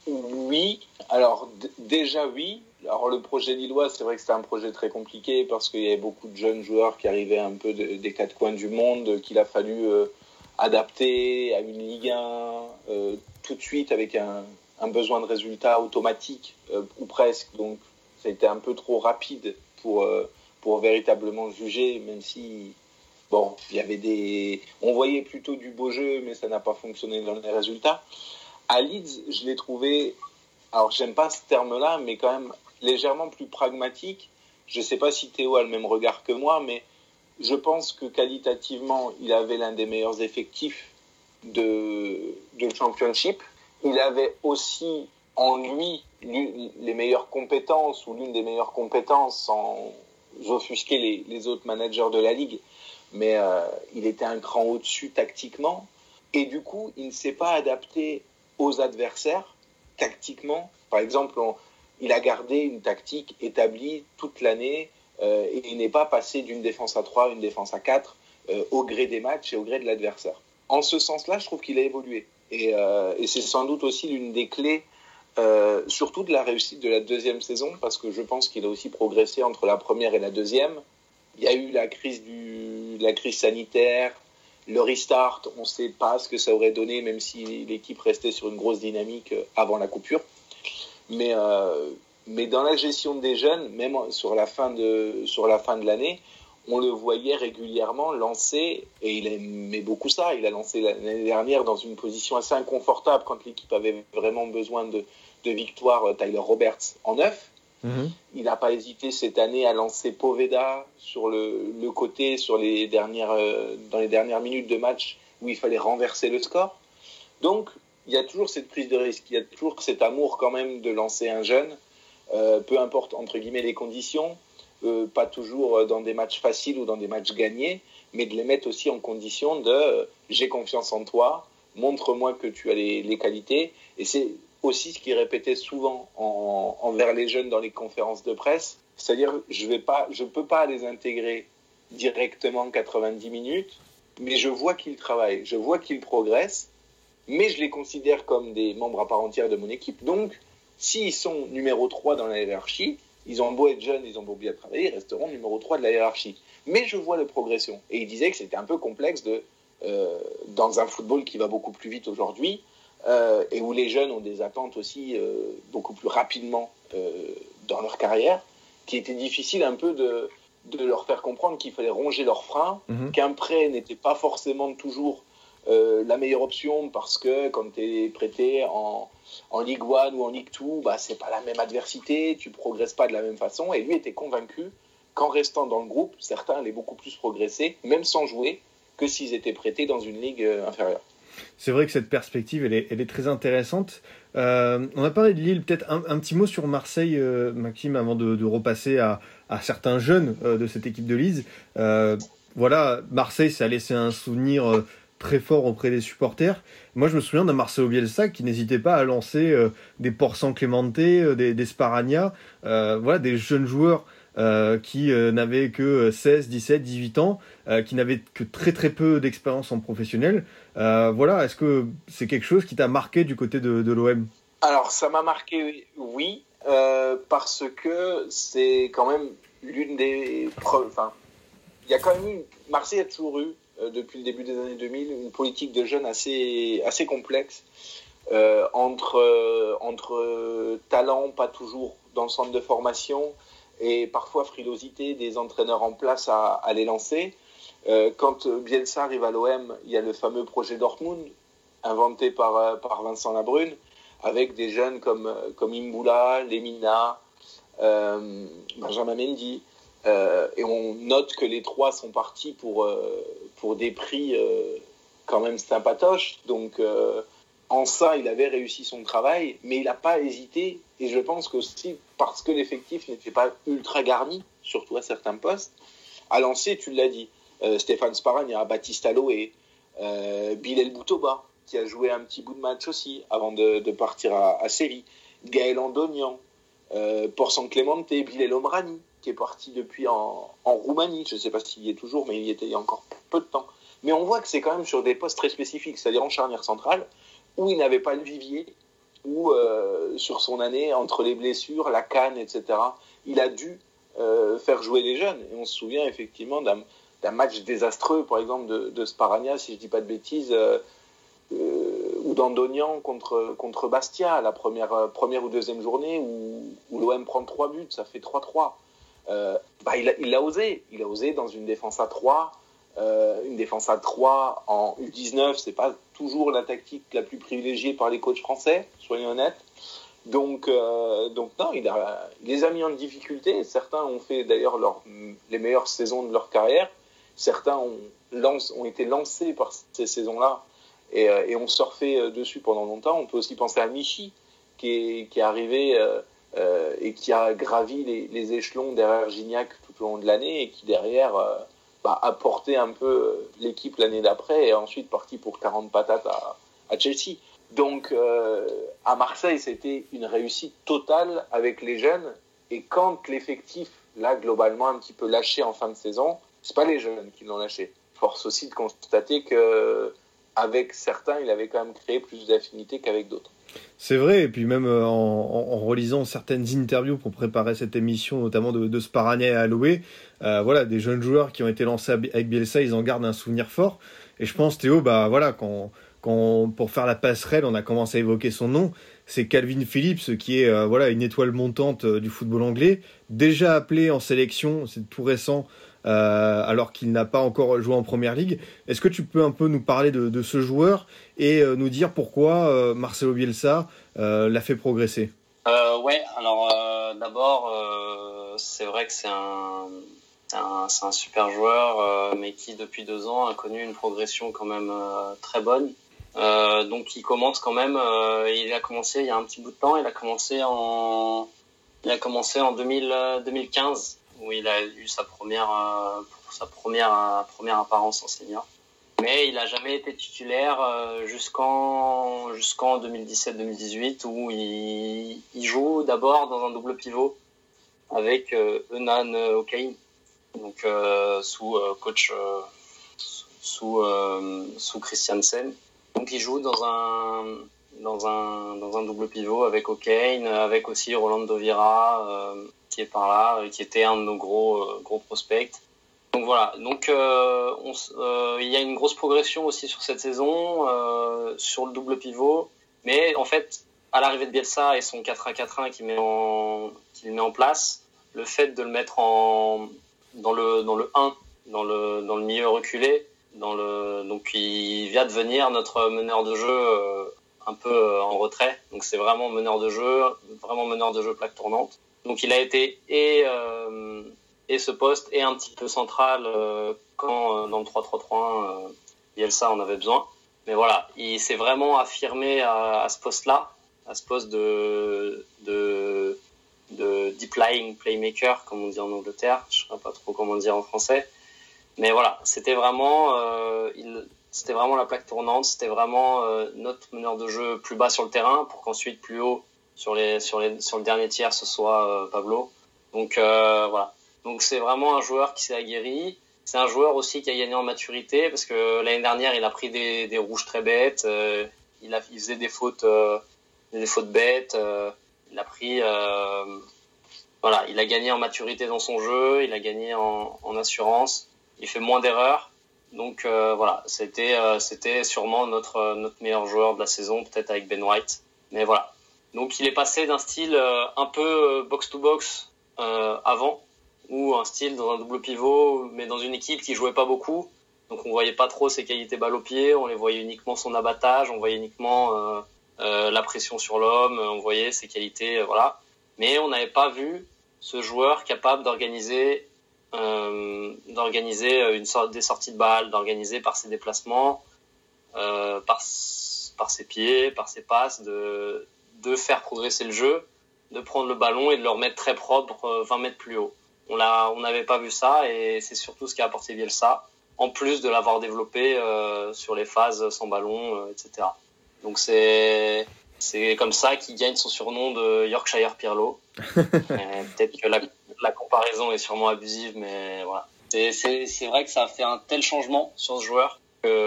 Speaker 5: Oui, alors d- déjà oui. Alors le projet lillois, c'est vrai que c'était un projet très compliqué parce qu'il y avait beaucoup de jeunes joueurs qui arrivaient un peu de, des quatre coins du monde, qu'il a fallu euh, adapter à une Ligue un euh, tout de suite avec un, un besoin de résultats automatique euh, ou presque. Donc ça a été un peu trop rapide pour euh, pour véritablement juger, même si bon, il y avait des, on voyait plutôt du beau jeu, mais ça n'a pas fonctionné dans les résultats. À Leeds, je l'ai trouvé, alors j'aime pas ce terme-là, mais quand même légèrement plus pragmatique. Je ne sais pas si Théo a le même regard que moi, mais je pense que qualitativement, il avait l'un des meilleurs effectifs de, de Championship. Il avait aussi en lui les meilleures compétences ou l'une des meilleures compétences sans offusquer les, les autres managers de la Ligue. Mais euh, il était un cran au-dessus tactiquement. Et du coup, il ne s'est pas adapté aux adversaires tactiquement. Par exemple, on, il a gardé une tactique établie toute l'année euh, et il n'est pas passé d'une défense à trois à une défense à quatre euh, au gré des matchs et au gré de l'adversaire. En ce sens-là, je trouve qu'il a évolué. Et, euh, et c'est sans doute aussi l'une des clés, euh, surtout de la réussite de la deuxième saison, parce que je pense qu'il a aussi progressé entre la première et la deuxième. Il y a eu la crise, du, la crise sanitaire, le restart, on ne sait pas ce que ça aurait donné, même si l'équipe restait sur une grosse dynamique avant la coupure. Mais, euh, mais dans la gestion des jeunes, même sur la fin de, sur la fin de l'année, on le voyait régulièrement lancer, et il aimait beaucoup ça. Il a lancé l'année dernière dans une position assez inconfortable quand l'équipe avait vraiment besoin de, de victoire, Tyler Roberts en neuf. Mmh. Il n'a pas hésité cette année à lancer Poveda sur le, le côté, sur les dernières, euh, dans les dernières minutes de match où il fallait renverser le score. Donc, il y a toujours cette prise de risque, il y a toujours cet amour quand même de lancer un jeune, euh, peu importe entre guillemets les conditions, euh, pas toujours dans des matchs faciles ou dans des matchs gagnés, mais de les mettre aussi en condition de euh, j'ai confiance en toi, montre-moi que tu as les, les qualités. Et c'est, aussi ce qu'il répétait souvent en, envers les jeunes dans les conférences de presse, c'est-à-dire je vais pas, je peux pas les intégrer directement quatre-vingt-dix minutes, mais je vois qu'ils travaillent, je vois qu'ils progressent, mais je les considère comme des membres à part entière de mon équipe. Donc, s'ils sont numéro trois dans la hiérarchie, ils ont beau être jeunes, ils ont beau bien travailler, ils resteront numéro trois de la hiérarchie. Mais je vois la progression. Et il disait que c'était un peu complexe de, euh, dans un football qui va beaucoup plus vite aujourd'hui, euh, et où les jeunes ont des attentes aussi euh, beaucoup plus rapidement euh, dans leur carrière, qui était difficile un peu de, de leur faire comprendre qu'il fallait ronger leurs freins, mmh. qu'un prêt n'était pas forcément toujours euh, la meilleure option, parce que quand tu es prêté en, en Ligue un ou en Ligue deux, bah, c'est pas la même adversité, tu progresses pas de la même façon. Et lui était convaincu qu'en restant dans le groupe, certains allaient beaucoup plus progresser, même sans jouer, que s'ils étaient prêtés dans une ligue euh, inférieure.
Speaker 4: C'est vrai que cette perspective, elle est, elle est très intéressante. Euh, on a parlé de Lille, peut-être un, un petit mot sur Marseille, euh, Maxime, avant de, de repasser à, à certains jeunes euh, de cette équipe de Leeds. Euh, voilà, Marseille, ça a laissé un souvenir euh, très fort auprès des supporters. Moi, je me souviens d'un Marcelo Bielsa qui n'hésitait pas à lancer euh, des Porsan Clemente, euh, des, des Sparagna, euh, voilà, des jeunes joueurs Euh, qui euh, n'avaient que seize, dix-sept, dix-huit ans, euh, qui n'avaient que très très peu d'expérience en professionnel. Euh, voilà, est-ce que c'est quelque chose qui t'a marqué du côté de, de l'O M ?
Speaker 5: Alors, ça m'a marqué, oui, euh, parce que c'est quand même l'une des preuves. Enfin, il y a quand même eu, Marseille a toujours eu, euh, depuis le début des années deux mille, une politique de jeunes assez, assez complexe, euh, entre, euh, entre talent, pas toujours dans le centre de formation, et parfois frilosité des entraîneurs en place à, à les lancer. Euh, quand Bielsa arrive à l'O M, il y a le fameux projet Dortmund, inventé par, par Vincent Labrune, avec des jeunes comme, comme Imbula, Lemina, euh, Benjamin Mendy. Euh, et on note que les trois sont partis pour, euh, pour des prix euh, quand même sympatoches. Donc, euh, en ça, il avait réussi son travail, mais il n'a pas hésité. Et je pense qu'aussi, parce que l'effectif n'était pas ultra garni, surtout à certains postes, à lancer, tu l'as dit, euh, Stéphane Sparagna, Baptiste Aloé, euh, Bilal Boutoba, qui a joué un petit bout de match aussi, avant de, de partir à, à Séville, Gaël Andonian, euh, Porsan Clemente, Bilal Omrani, qui est parti depuis en, en Roumanie. Je ne sais pas s'il y est toujours, mais il y était il y a encore peu de temps. Mais on voit que c'est quand même sur des postes très spécifiques, c'est-à-dire en charnière centrale, où il n'avait pas le vivier, où euh, sur son année, entre les blessures, la canne, et cetera, il a dû euh, faire jouer les jeunes. Et on se souvient effectivement d'un, d'un match désastreux, par exemple, de, de Sparagna, si je ne dis pas de bêtises, euh, euh, ou d'Andonian contre, contre Bastia, la première, première ou deuxième journée, où, où l'O M prend trois buts, ça fait trois trois. Euh, bah, il, a, il a osé, il a osé dans une défense à trois, euh, une défense à trois en U dix-neuf, c'est pas toujours la tactique la plus privilégiée par les coachs français, soyons honnêtes. Donc, euh, donc non, il, a, il les a mis en difficulté. Certains ont fait d'ailleurs leur, les meilleures saisons de leur carrière. Certains ont, lance, ont été lancés par ces saisons-là et, et ont surfé dessus pendant longtemps. On peut aussi penser à Michi, qui est, qui est arrivé euh, euh, et qui a gravi les, les échelons derrière Gignac tout au long de l'année et qui derrière euh, bah, a porté un peu l'équipe l'année d'après et ensuite parti pour quarante patates à, à Chelsea. Donc euh, à Marseille, c'était une réussite totale avec les jeunes. Et quand l'effectif, là, globalement, un petit peu lâché en fin de saison, c'est pas les jeunes qui l'ont lâché. Force aussi de constater qu'avec certains, il avait quand même créé plus d'affinités qu'avec d'autres.
Speaker 4: C'est vrai, et puis même en, en, en relisant certaines interviews pour préparer cette émission, notamment de, de Sparagna et Aloé, euh, voilà, des jeunes joueurs qui ont été lancés avec Bielsa, ils en gardent un souvenir fort. Et je pense, Théo, bah voilà, quand, quand pour faire la passerelle, on a commencé à évoquer son nom, c'est Calvin Phillips qui est euh, voilà une étoile montante euh, du football anglais, déjà appelé en sélection, c'est tout récent, euh, alors qu'il n'a pas encore joué en Première Ligue. Est-ce que tu peux un peu nous parler de, de ce joueur et euh, nous dire pourquoi euh, Marcelo Bielsa euh, l'a fait progresser ?
Speaker 6: euh, Ouais, alors euh, d'abord, euh, c'est vrai que c'est un, un, c'est un super joueur, euh, mais qui depuis deux ans a connu une progression quand même euh, très bonne. Euh, donc il commence quand même, euh, il a commencé il y a un petit bout de temps, il a commencé en, il a commencé en deux mille, deux mille quinze où il a eu sa première, euh, sa première, première apparence en senior. Mais il n'a jamais été titulaire euh, jusqu'en, jusqu'en deux mille dix-sept deux mille dix-huit où il, il joue d'abord dans un double pivot avec euh, Hernan O'Kane, donc euh, sous euh, coach euh, sous euh, sous Christiansen. Donc il joue dans un dans un dans un double pivot avec O'Kane, avec aussi Rolando Vieira euh, qui est par là, qui était un de nos gros euh, gros prospects. Donc voilà, donc euh, on, euh, il y a une grosse progression aussi sur cette saison euh, sur le double pivot, mais en fait à l'arrivée de Bielsa et son quatre un quatre un qui met en qui met en place, le fait de le mettre en dans le dans le un, dans le dans le milieu reculé, dans le donc il vient devenir notre meneur de jeu euh, un peu euh, en retrait. Donc c'est vraiment meneur de jeu, vraiment meneur de jeu plaque tournante. Donc il a été et euh, et ce poste est un petit peu central euh, quand euh, dans le trois trois trois un euh, Bielsa en avait besoin. Mais voilà, il s'est vraiment affirmé à, à ce poste-là, à ce poste de de de deep lying playmaker comme on dit en Angleterre. Je sais pas trop comment dire en français. Mais voilà, c'était vraiment euh, il c'était vraiment la plaque tournante, c'était vraiment euh, notre meneur de jeu plus bas sur le terrain pour qu'ensuite plus haut sur les sur les sur le dernier tiers ce soit euh, Pablo. Donc euh, voilà. Donc c'est vraiment un joueur qui s'est aguerri. C'est un joueur aussi qui a gagné en maturité parce que l'année dernière il a pris des, des rouges très bêtes. Euh, il a il faisait des fautes euh, des fautes bêtes. Euh, il a pris euh, voilà il a gagné en maturité dans son jeu. Il a gagné en, en assurance. Il fait moins d'erreurs. Donc euh, voilà c'était euh, c'était sûrement notre notre meilleur joueur de la saison peut-être avec Ben White. Mais voilà donc il est passé d'un style euh, un peu box to box euh, avant, ou un style dans un double pivot, mais dans une équipe qui jouait pas beaucoup. Donc on voyait pas trop ses qualités balle au pied, on les voyait uniquement son abattage, on voyait uniquement euh, euh, la pression sur l'homme, on voyait ses qualités, euh, voilà. Mais on n'avait pas vu ce joueur capable d'organiser, euh, d'organiser une sorte des sorties de balle, d'organiser par ses déplacements, euh, par par ses pieds, par ses passes, de de faire progresser le jeu, de prendre le ballon et de le remettre très propre euh, vingt mètres plus haut. On l'a, on n'avait pas vu ça et c'est surtout ce qu'a apporté Bielsa, en plus de l'avoir développé euh, sur les phases sans ballon, euh, et cetera. Donc c'est, c'est comme ça qu'il gagne son surnom de Yorkshire Pirlo. Peut-être que la, la comparaison est sûrement abusive, mais voilà. C'est, c'est, c'est vrai que ça a fait un tel changement sur ce joueur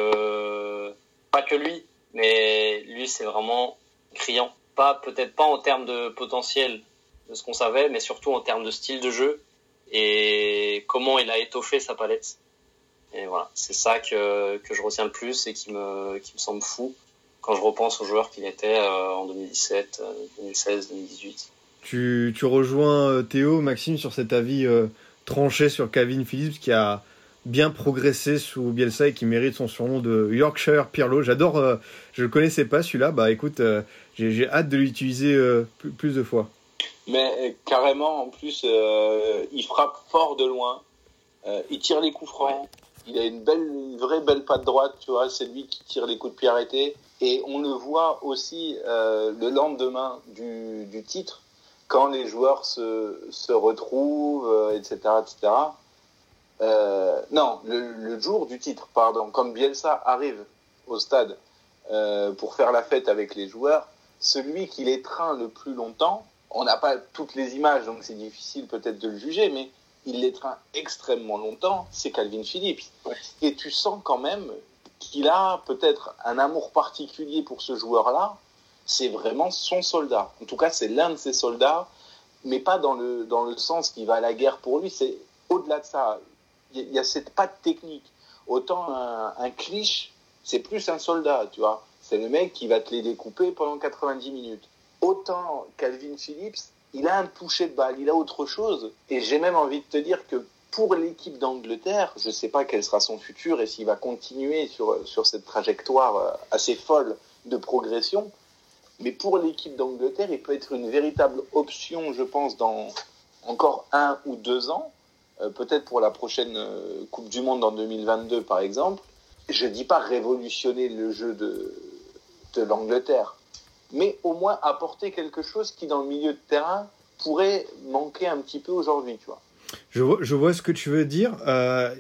Speaker 6: que pas que lui, mais lui c'est vraiment criant. Pas peut-être pas en termes de potentiel de ce qu'on savait, mais surtout en termes de style de jeu. Et comment il a étoffé sa palette. Et voilà, c'est ça que que je retiens le plus et qui me qui me semble fou quand je repense aux joueurs qu'il était euh, en deux mille dix-sept, deux mille seize, deux mille dix-huit.
Speaker 4: Tu tu rejoins Théo, Maxime sur cet avis euh, tranché sur Calvin Phillips qui a bien progressé sous Bielsa et qui mérite son surnom de Yorkshire Pirlo. J'adore, euh, je le connaissais pas celui-là. Bah écoute, euh, j'ai j'ai hâte de l'utiliser euh, plus, plus de fois.
Speaker 5: Mais carrément, en plus, euh, il frappe fort de loin. Euh, il tire les coups francs. Il a une belle, une vraie belle patte droite, tu vois. C'est lui qui tire les coups de pied arrêtés. Et on le voit aussi euh, le lendemain du, du titre, quand les joueurs se, se retrouvent, euh, et cetera, et cetera. Euh, non, le, le jour du titre, pardon. Comme Bielsa arrive au stade euh, pour faire la fête avec les joueurs, celui qui les traîne le plus longtemps. On n'a pas toutes les images, donc c'est difficile peut-être de le juger, mais il les traîne extrêmement longtemps, c'est Calvin Phillips. Ouais. Et tu sens quand même qu'il a peut-être un amour particulier pour ce joueur-là. C'est vraiment son soldat. En tout cas, c'est l'un de ses soldats, mais pas dans le, dans le sens qu'il va à la guerre pour lui. C'est au-delà de ça. Il y a cette patte technique. Autant un, un cliché, c'est plus un soldat, tu vois. C'est le mec qui va te les découper pendant quatre-vingt-dix minutes. Autant Calvin Phillips, il a un toucher de balle, il a autre chose. Et j'ai même envie de te dire que pour l'équipe d'Angleterre, je ne sais pas quel sera son futur et s'il va continuer sur, sur cette trajectoire assez folle de progression. Mais pour l'équipe d'Angleterre, il peut être une véritable option, je pense, dans encore un ou deux ans. Euh, peut-être pour la prochaine euh, Coupe du Monde en deux mille vingt-deux, par exemple. Je ne dis pas révolutionner le jeu de, de l'Angleterre, mais au moins apporter quelque chose qui, dans le milieu de terrain, pourrait manquer un petit peu aujourd'hui, tu vois.
Speaker 4: Je vois, je vois ce que tu veux dire. Euh,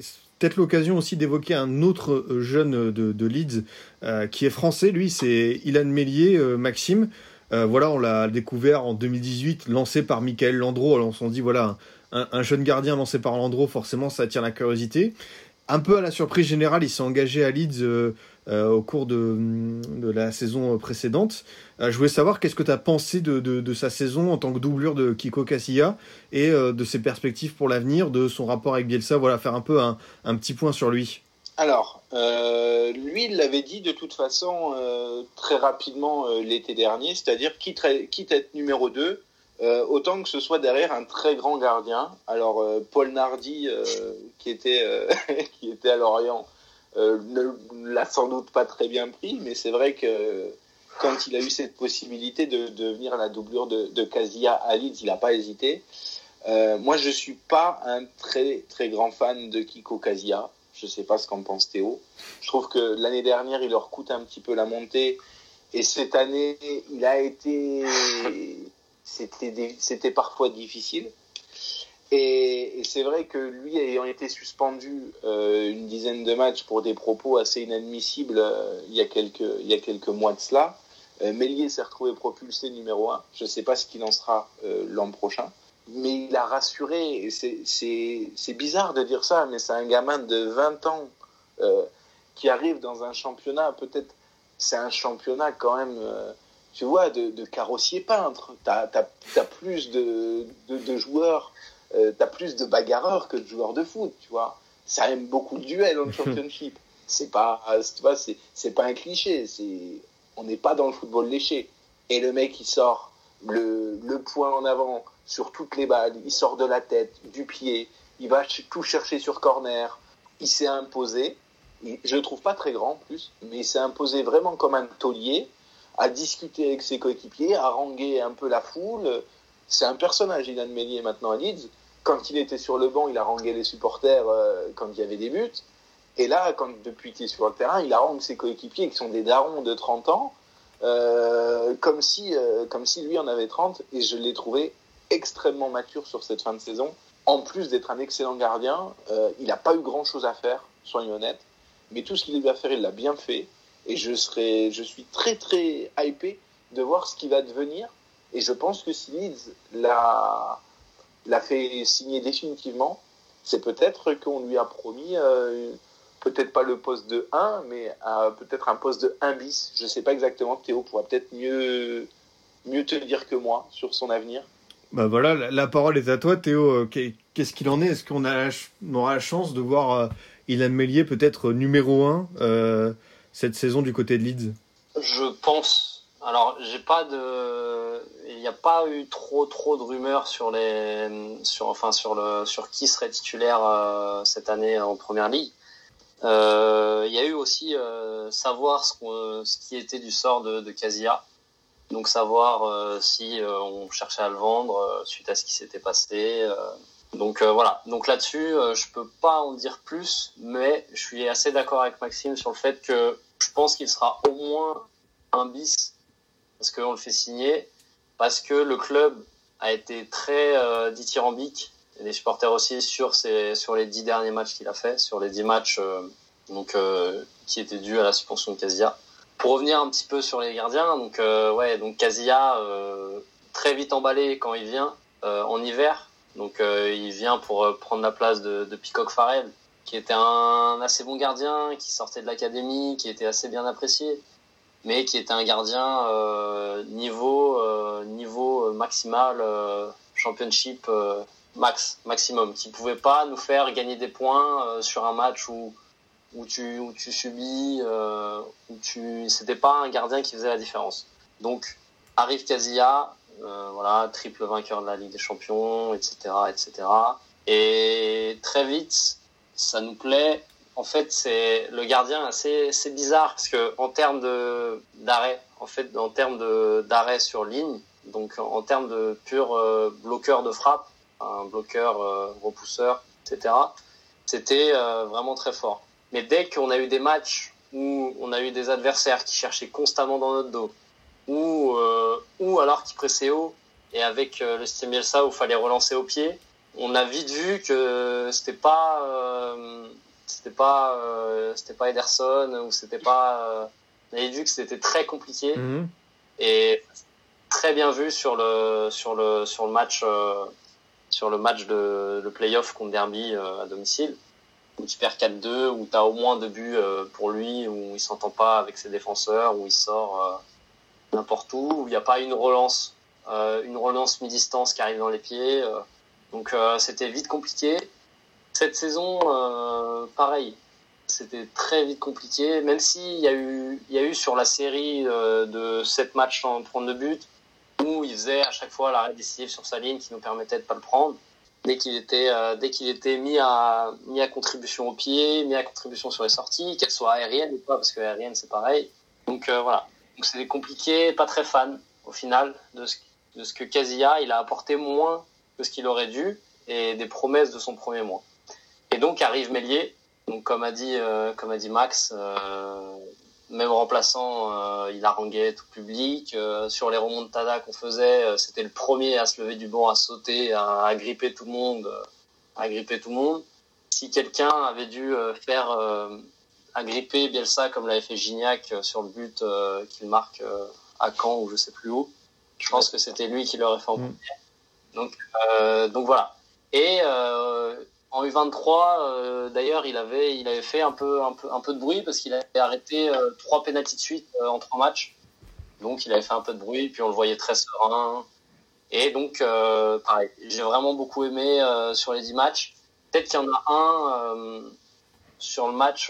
Speaker 4: peut-être l'occasion aussi d'évoquer un autre jeune de, de Leeds euh, qui est français. Lui, c'est Illan Meslier, euh, Maxime. Euh, voilà, on l'a découvert en deux mille dix-huit, lancé par Michael Landreau. Alors on s'en dit, voilà, un, un jeune gardien lancé par Landreau, forcément, ça attire la curiosité. Un peu à la surprise générale, il s'est engagé à Leeds euh, euh, au cours de, de la saison précédente. Euh, je voulais savoir qu'est-ce que tu as pensé de, de, de sa saison en tant que doublure de Kiko Casilla et euh, de ses perspectives pour l'avenir, de son rapport avec Bielsa. Voilà, faire un peu un, un petit point sur lui.
Speaker 5: Alors, euh, lui, il l'avait dit de toute façon euh, très rapidement euh, l'été dernier, c'est-à-dire quitte, quitte à être numéro deux, Euh, autant que ce soit derrière un très grand gardien. Alors euh, Paul Nardi, euh, qui était euh, qui était à Lorient, euh, ne l'a sans doute pas très bien pris, mais c'est vrai que quand il a eu cette possibilité de, de devenir la doublure de, de Casilla à Leeds, il n'a pas hésité. Euh, moi, je suis pas un très très grand fan de Kiko Casilla. Je sais pas ce qu'en pense Théo. Je trouve que l'année dernière, il leur coûte un petit peu la montée, et cette année, il a été C'était, des, c'était parfois difficile. Et, et c'est vrai que lui, ayant été suspendu euh, une dizaine de matchs pour des propos assez inadmissibles euh, il, y a quelques, il y a quelques mois de cela, euh, Meslier s'est retrouvé propulsé numéro un. Je ne sais pas ce qu'il en sera euh, l'an prochain. Mais il a rassuré. Et c'est, c'est, c'est bizarre de dire ça, mais c'est un gamin de vingt ans euh, qui arrive dans un championnat. Peut-être c'est un championnat quand même... Euh, tu vois, de, de carrossier peintre. T'as, t'as, t'as plus de, de, de joueurs, euh, t'as plus de bagarreurs que de joueurs de foot, tu vois. Ça aime beaucoup le duel en championship. C'est pas, tu vois, c'est, c'est pas un cliché. C'est, on n'est pas dans le football léché. Et le mec, il sort le, le point en avant sur toutes les balles. Il sort de la tête, du pied. Il va tout chercher sur corner. Il s'est imposé. Je le trouve pas très grand, en plus, mais il s'est imposé vraiment comme un taulier, à discuter avec ses coéquipiers, à haranguer un peu la foule. C'est un personnage, Illan Meslier, maintenant à Leeds. Quand il était sur le banc, il haranguait les supporters euh, quand il y avait des buts. Et là, quand, depuis qu'il est sur le terrain, il harangue ses coéquipiers qui sont des darons de trente ans, euh, comme, si, euh, comme si lui en avait trente. Et je l'ai trouvé extrêmement mature sur cette fin de saison. En plus d'être un excellent gardien, euh, il n'a pas eu grand-chose à faire, soyons honnêtes. Mais tout ce qu'il devait faire, il l'a bien fait. Et je, serai, je suis très très hypé de voir ce qui va devenir. Et je pense que si Leeds l'a, l'a fait signer définitivement, c'est peut-être qu'on lui a promis, euh, peut-être pas le poste de un, mais euh, peut-être un poste de un bis. Je ne sais pas exactement, Théo pourra peut-être mieux, mieux te dire que moi sur son avenir.
Speaker 4: Bah voilà, la, la parole est à toi, Théo. Qu'est-ce qu'il en est ? Est-ce qu'on a la, on aura la chance de voir euh, Illan Meslier peut-être numéro un euh, cette saison du côté de Leeds ?
Speaker 6: Je pense. Alors, j'ai pas de, il n'y a pas eu trop trop de rumeurs sur les, sur enfin sur le, sur qui serait titulaire euh, cette année en Première Ligue. Euh, il y a eu aussi euh, savoir ce, qu'on, ce qui était du sort de, de Casilla. Donc savoir euh, si euh, on cherchait à le vendre euh, suite à ce qui s'était passé. Euh, donc euh, voilà. Donc là-dessus, euh, je peux pas en dire plus, mais je suis assez d'accord avec Maxime sur le fait que je pense qu'il sera au moins un bis parce qu'on le fait signer, parce que le club a été très euh, dithyrambique, et les supporters aussi, sur ces, sur les dix derniers matchs qu'il a fait, sur les dix matchs euh, donc euh, qui étaient dus à la suspension de Casilla. Pour revenir un petit peu sur les gardiens, donc euh, ouais, donc Casilla euh, très vite emballé quand il vient euh, en hiver, donc euh, il vient pour euh, prendre la place de, de Peacock Farrell, qui était un assez bon gardien, qui sortait de l'académie, qui était assez bien apprécié, mais qui était un gardien euh, niveau euh, niveau maximal, euh, championship euh, max maximum, qui pouvait pas nous faire gagner des points euh, sur un match où où tu où tu subis, euh, où tu c'était pas un gardien qui faisait la différence. Donc arrive Casilla, euh, voilà, triple vainqueur de la Ligue des Champions, et cetera, et cetera. Et très vite, ça nous plaît. En fait, c'est le gardien assez c'est bizarre parce que en termes de d'arrêt, en fait, en termes de d'arrêt sur ligne, donc en termes de pur euh, bloqueur de frappe, un bloqueur euh, repousseur, et cetera. C'était euh, vraiment très fort. Mais dès qu'on a eu des matchs où on a eu des adversaires qui cherchaient constamment dans notre dos, ou euh, ou alors qui pressaient haut, et avec euh, le système Bielsa où il fallait relancer au pied, on a vite vu que c'était pas euh, C'était pas, euh, c'était pas Ederson ou c'était pas. Euh, on avait vu que c'était très compliqué mmh. et très bien vu sur le sur le sur le match euh, sur le match de le play-off contre Derby euh, à domicile où tu perds quatre deux, où tu as au moins deux buts euh, pour lui, où il s'entend pas avec ses défenseurs, où il sort euh, n'importe où, où il n'y a pas une relance, euh, une relance mi-distance qui arrive dans les pieds. Euh, donc euh, c'était vite compliqué. Cette saison, euh, pareil, c'était très vite compliqué, même s'il y a eu, il y a eu sur la série euh, de sept matchs sans prendre de but, où il faisait à chaque fois l'arrêt décisif sur sa ligne qui nous permettait de pas le prendre. Dès qu'il était, euh, dès qu'il était mis à, mis à contribution au pied, mis à contribution sur les sorties, qu'elles soient aériennes ou pas, parce que aérienne c'est pareil. Donc euh, voilà. Donc c'était compliqué, pas très fan au final de ce, de ce que Casilla il a apporté moins que ce qu'il aurait dû et des promesses de son premier mois. Et donc arrive Meslier. Donc comme a dit, euh, comme a dit Max, euh, même remplaçant, euh, il haranguait tout public. Euh, sur les remontadas qu'on faisait, euh, c'était le premier à se lever du banc, à sauter, à, à gripper tout le monde, euh, à gripper tout le monde. Si quelqu'un avait dû euh, faire euh, agripper Bielsa comme l'avait fait Gignac euh, sur le but euh, qu'il marque euh, à Caen ou je sais plus où, je pense que c'était lui qui l'aurait fait en premier. Donc, euh, donc voilà. Et euh, en U vingt-trois, euh, d'ailleurs, il avait, il avait fait un peu, un peu, un peu de bruit parce qu'il avait arrêté euh, trois pénaltys de suite euh, en trois matchs. Donc, il avait fait un peu de bruit, puis on le voyait très serein. Et donc, euh, pareil, j'ai vraiment beaucoup aimé euh, sur les dix matchs. Peut-être qu'il y en a un euh, sur le match,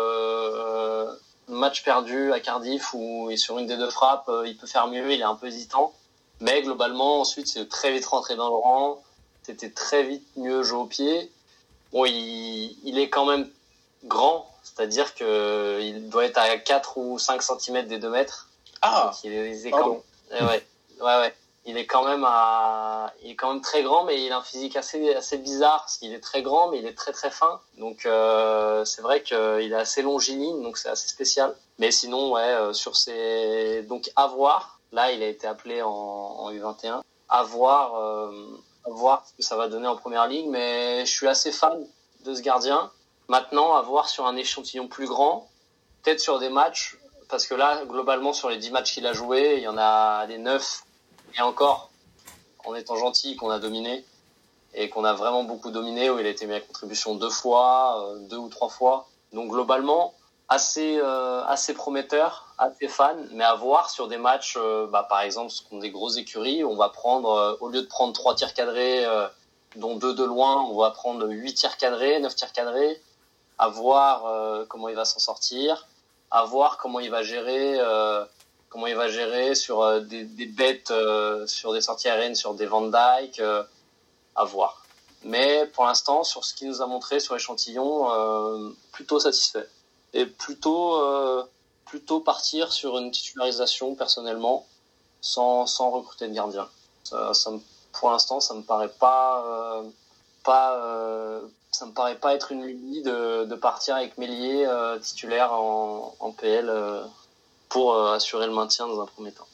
Speaker 6: euh, le match perdu à Cardiff où et sur une des deux frappes, euh, il peut faire mieux, il est un peu hésitant. Mais globalement, ensuite, c'est très vite rentré dans le rang. C'était très vite mieux joué au pied. Bon, il, il est quand même grand, c'est-à-dire que il doit être à quatre ou cinq centimètres des deux mètres.
Speaker 5: Ah,
Speaker 6: il est, il est quand même, ouais, ouais, ouais. Il est quand même à, il est quand même très grand, mais il a un physique assez, assez bizarre parce qu'il est très grand, mais il est très très fin. Donc euh, c'est vrai qu'il est assez longiligne, donc c'est assez spécial. Mais sinon, ouais, euh, sur ses, donc à voir. Là, il a été appelé en, en U vingt et un. À voir. Euh, À voir ce que ça va donner en première ligue, mais je suis assez fan de ce gardien. Maintenant, à voir sur un échantillon plus grand, peut-être sur des matchs, parce que là, globalement, sur les dix matchs qu'il a joué, il y en a des neuf, et encore, en étant gentil, qu'on a dominé, et qu'on a vraiment beaucoup dominé, où il a été mis à contribution deux fois, deux ou trois fois. Donc, globalement, assez, euh, assez prometteur, assez fan, mais à voir sur des matchs, euh, bah, par exemple, ce qu'on des grosses écuries, on va prendre, euh, au lieu de prendre trois tirs cadrés, euh, dont deux de loin, on va prendre huit tirs cadrés, neuf tirs cadrés, à voir euh, comment il va s'en sortir, à voir comment il va gérer, euh, comment il va gérer sur euh, des, des bêtes, euh, sur des sorties aériennes, sur des Van Dijk, euh, à voir. Mais pour l'instant, sur ce qu'il nous a montré sur l'échantillon, euh, plutôt satisfait. Et plutôt euh, plutôt partir sur une titularisation personnellement sans sans recruter de gardien. Ça, ça me, pour l'instant, ça me paraît pas euh, pas euh, ça me paraît pas être une lubie de de partir avec Meslier euh, titulaire en en P L euh, pour euh, assurer le maintien dans un premier temps.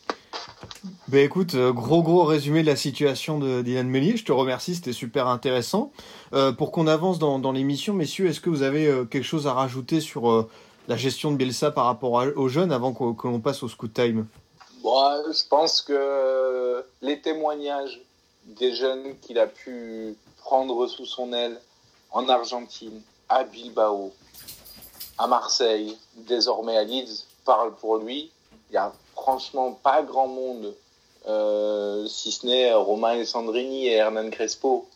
Speaker 4: Ben écoute, gros gros résumé de la situation de Dylan Meslier, je te remercie, c'était super intéressant. Euh, pour qu'on avance dans, dans l'émission, messieurs, est-ce que vous avez euh, quelque chose à rajouter sur euh, la gestion de Bielsa par rapport à, aux jeunes avant qu'on, que l'on passe au scout time?
Speaker 5: Bon, je pense que les témoignages des jeunes qu'il a pu prendre sous son aile en Argentine, à Bilbao, à Marseille, désormais à Leeds, parlent pour lui. Il n'y a franchement pas grand monde, euh, si ce n'est Romain Alessandrini et Hernan Crespo,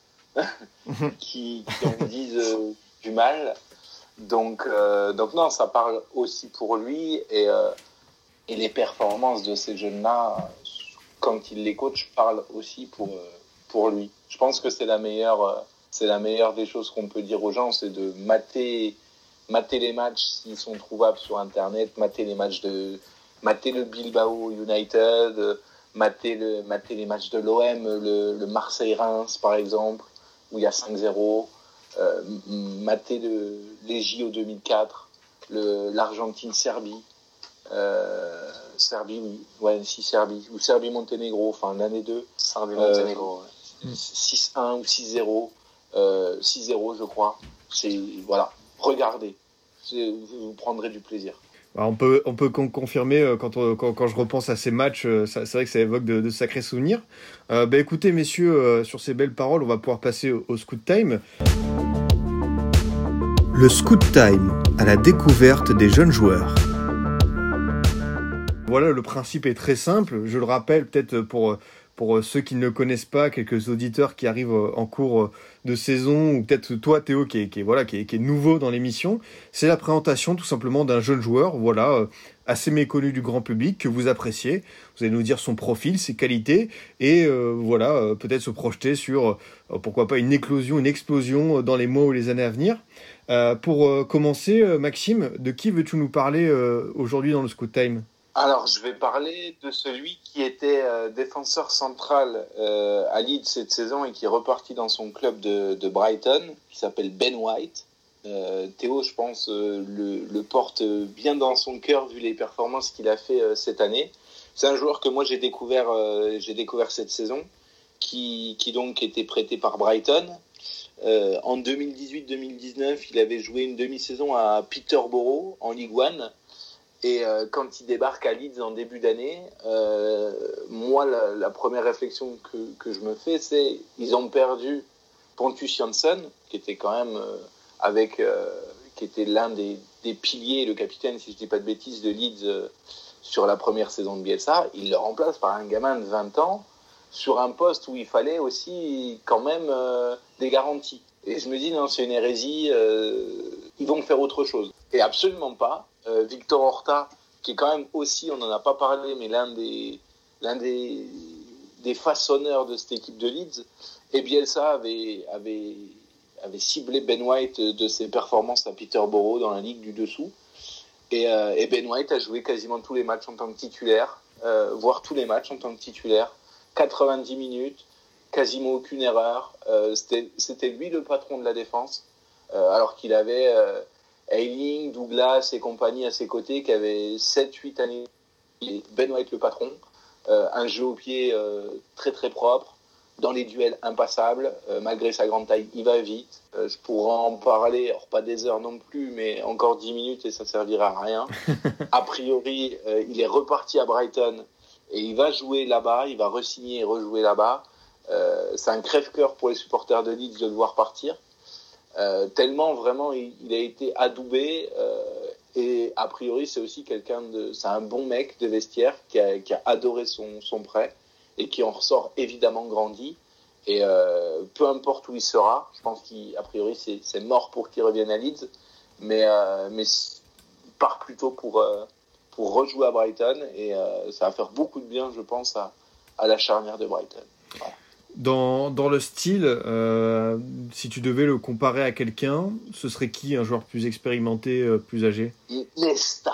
Speaker 5: qui, qui en disent euh, du mal. Donc, euh, donc non, ça parle aussi pour lui. Et, euh, et les performances de ces jeunes-là, quand il les coach, parlent aussi pour, euh, pour lui. Je pense que c'est la meilleure, euh, c'est la meilleure des choses qu'on peut dire aux gens, c'est de mater, mater les matchs s'ils sont trouvables sur Internet, mater les matchs de... mater le Bilbao United, mater, le, mater les matchs de l'O M, le, le Marseille-Reims par exemple, où il y a cinq zéro, euh, mater le, les J O deux mille quatre, le, l'Argentine-Serbie, euh, Serbie, oui, ouais, si Serbie, ou Serbie-Monténégro, enfin l'année deux,
Speaker 6: Serbie-Monténégro,
Speaker 5: euh, ouais. six un ou six zéro, euh, six zéro je crois, c'est, voilà. regardez, c'est, vous prendrez du plaisir.
Speaker 4: On peut, on peut confirmer quand, on, quand, quand je repense à ces matchs, ça, c'est vrai que ça évoque de, de sacrés souvenirs. Euh, bah écoutez messieurs, euh, sur ces belles paroles, on va pouvoir passer au, au Scout Time. Le Scout Time, à la découverte des jeunes joueurs. Voilà, le principe est très simple. Je le rappelle peut-être pour, pour ceux qui ne le connaissent pas, quelques auditeurs qui arrivent en cours de saison, ou peut-être toi Théo qui est, qui est, voilà, qui est, qui est nouveau dans l'émission. C'est la présentation tout simplement d'un jeune joueur, voilà, assez méconnu du grand public, que vous appréciez. Vous allez nous dire son profil, ses qualités, et euh, voilà, euh, peut-être se projeter sur, euh, pourquoi pas, une éclosion, une explosion dans les mois ou les années à venir. Euh, pour euh, commencer, euh, Maxime, de qui veux-tu nous parler euh, aujourd'hui dans le Scout Time ?
Speaker 5: Alors, je vais parler de celui qui était euh, défenseur central euh, à Leeds cette saison et qui est reparti dans son club de, de Brighton, qui s'appelle Ben White. Euh, Théo, je pense, euh, le, le porte bien dans son cœur vu les performances qu'il a fait euh, cette année. C'est un joueur que moi j'ai découvert, euh, j'ai découvert cette saison, qui, qui donc était prêté par Brighton. Euh, en deux mille dix-huit deux mille dix-neuf, il avait joué une demi-saison à Peterborough en Ligue un. Et euh, quand il débarque à Leeds en début d'année, euh, moi, la, la première réflexion que, que je me fais, c'est ils ont perdu Pontus Jansson, qui était quand même euh, avec, euh, qui était l'un des, des piliers, le capitaine, si je dis pas de bêtises, de Leeds euh, sur la première saison de Bielsa. Il le remplace par un gamin de vingt ans sur un poste où il fallait aussi quand même euh, des garanties. Et je me dis non, c'est une hérésie. Euh, ils vont faire autre chose. Et absolument pas. Euh, Victor Horta, qui est quand même aussi, on n'en a pas parlé, mais l'un des, l'un des, des façonneurs de cette équipe de Leeds. Et Bielsa avait, avait, avait ciblé Ben White de ses performances à Peterborough dans la ligue du dessous. Et, euh, et Ben White a joué quasiment tous les matchs en tant que titulaire, euh, voire tous les matchs en tant que titulaire. quatre-vingt-dix minutes, quasiment aucune erreur. Euh, c'était, c'était lui le patron de la défense, euh, alors qu'il avait euh, Ayling, Douglas et compagnie à ses côtés qui avaient sept huit années. Ben White le patron, euh, un jeu au pied euh, très très propre, dans les duels impassable, euh, malgré sa grande taille, il va vite. Euh, je pourrais en parler, alors pas des heures non plus, mais encore dix minutes et ça servira à rien. A priori, euh, il est reparti à Brighton et il va jouer là-bas, il va re-signer et rejouer là-bas. Euh, c'est un crève-cœur pour les supporters de Leeds de le voir partir. Euh, tellement vraiment il, il a été adoubé euh, et a priori c'est aussi quelqu'un de, c'est un bon mec de vestiaire qui a, qui a adoré son, son prêt et qui en ressort évidemment grandi. Et euh, peu importe où il sera, je pense qu'a priori c'est, c'est mort pour qu'il revienne à Leeds, mais euh, mais il part plutôt pour euh, pour rejouer à Brighton et euh, ça va faire beaucoup de bien, je pense, à à la charnière de Brighton. Voilà.
Speaker 4: Dans, dans le style, euh, si tu devais le comparer à quelqu'un, ce serait qui, un joueur plus expérimenté, euh, plus âgé ?
Speaker 5: Nesta.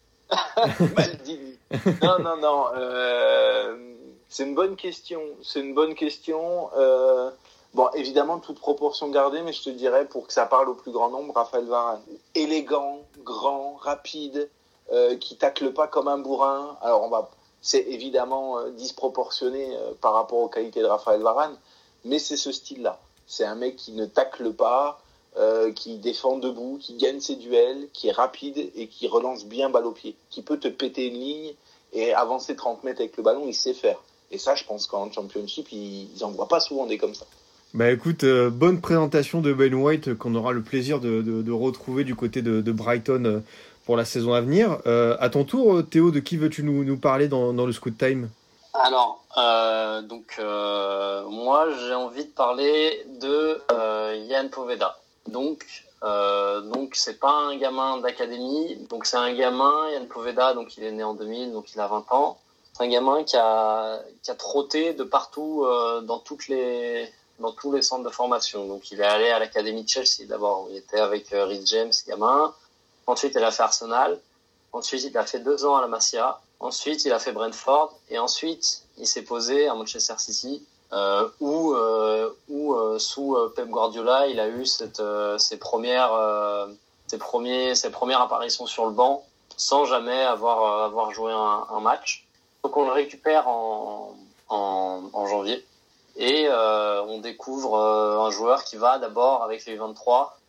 Speaker 5: Maldini. Non, non, non. Euh, c'est une bonne question. C'est une bonne question. Euh, bon, évidemment, toute proportion gardée, mais je te dirais, pour que ça parle au plus grand nombre, Raphaël Varane. Élégant, grand, rapide, euh, qui tacle pas comme un bourrin. Alors, on va... C'est évidemment euh, disproportionné euh, par rapport aux qualités de Raphaël Varane, mais c'est ce style-là. C'est un mec qui ne tacle pas, euh, qui défend debout, qui gagne ses duels, qui est rapide et qui relance bien balle au pied, qui peut te péter une ligne et avancer trente mètres avec le ballon, il sait faire. Et ça, je pense qu'en Championship, ils n'en voient pas souvent des comme ça.
Speaker 4: Bah écoute, euh, bonne présentation de Ben White euh, qu'on aura le plaisir de, de, de retrouver du côté de, de Brighton euh, pour la saison à venir. Euh, à ton tour, Théo, de qui veux-tu nous, nous parler dans, dans le Scout Time ?
Speaker 6: Alors, euh, donc euh, moi j'ai envie de parler de euh, Jan Poveda. Donc, euh, donc c'est pas un gamin d'académie, donc c'est un gamin, Jan Poveda, donc il est né en deux mille, donc il a vingt ans. C'est un gamin qui a qui a trotté de partout euh, dans toutes les dans tous les centres de formation. Donc il est allé à l'académie de Chelsea d'abord, il était avec euh, Rhys James, gamin. Ensuite, il a fait Arsenal. Ensuite, il a fait deux ans à la Masia. Ensuite, il a fait Brentford. Et ensuite, il s'est posé à Manchester City, euh, où, euh, où euh, sous euh, Pep Guardiola, il a eu cette, euh, ses premières, euh, ses premiers, ses premières apparitions sur le banc, sans jamais avoir, euh, avoir joué un, un match. Donc, on le récupère en, en, en janvier. Et euh, on découvre euh, un joueur qui va d'abord avec les U vingt-trois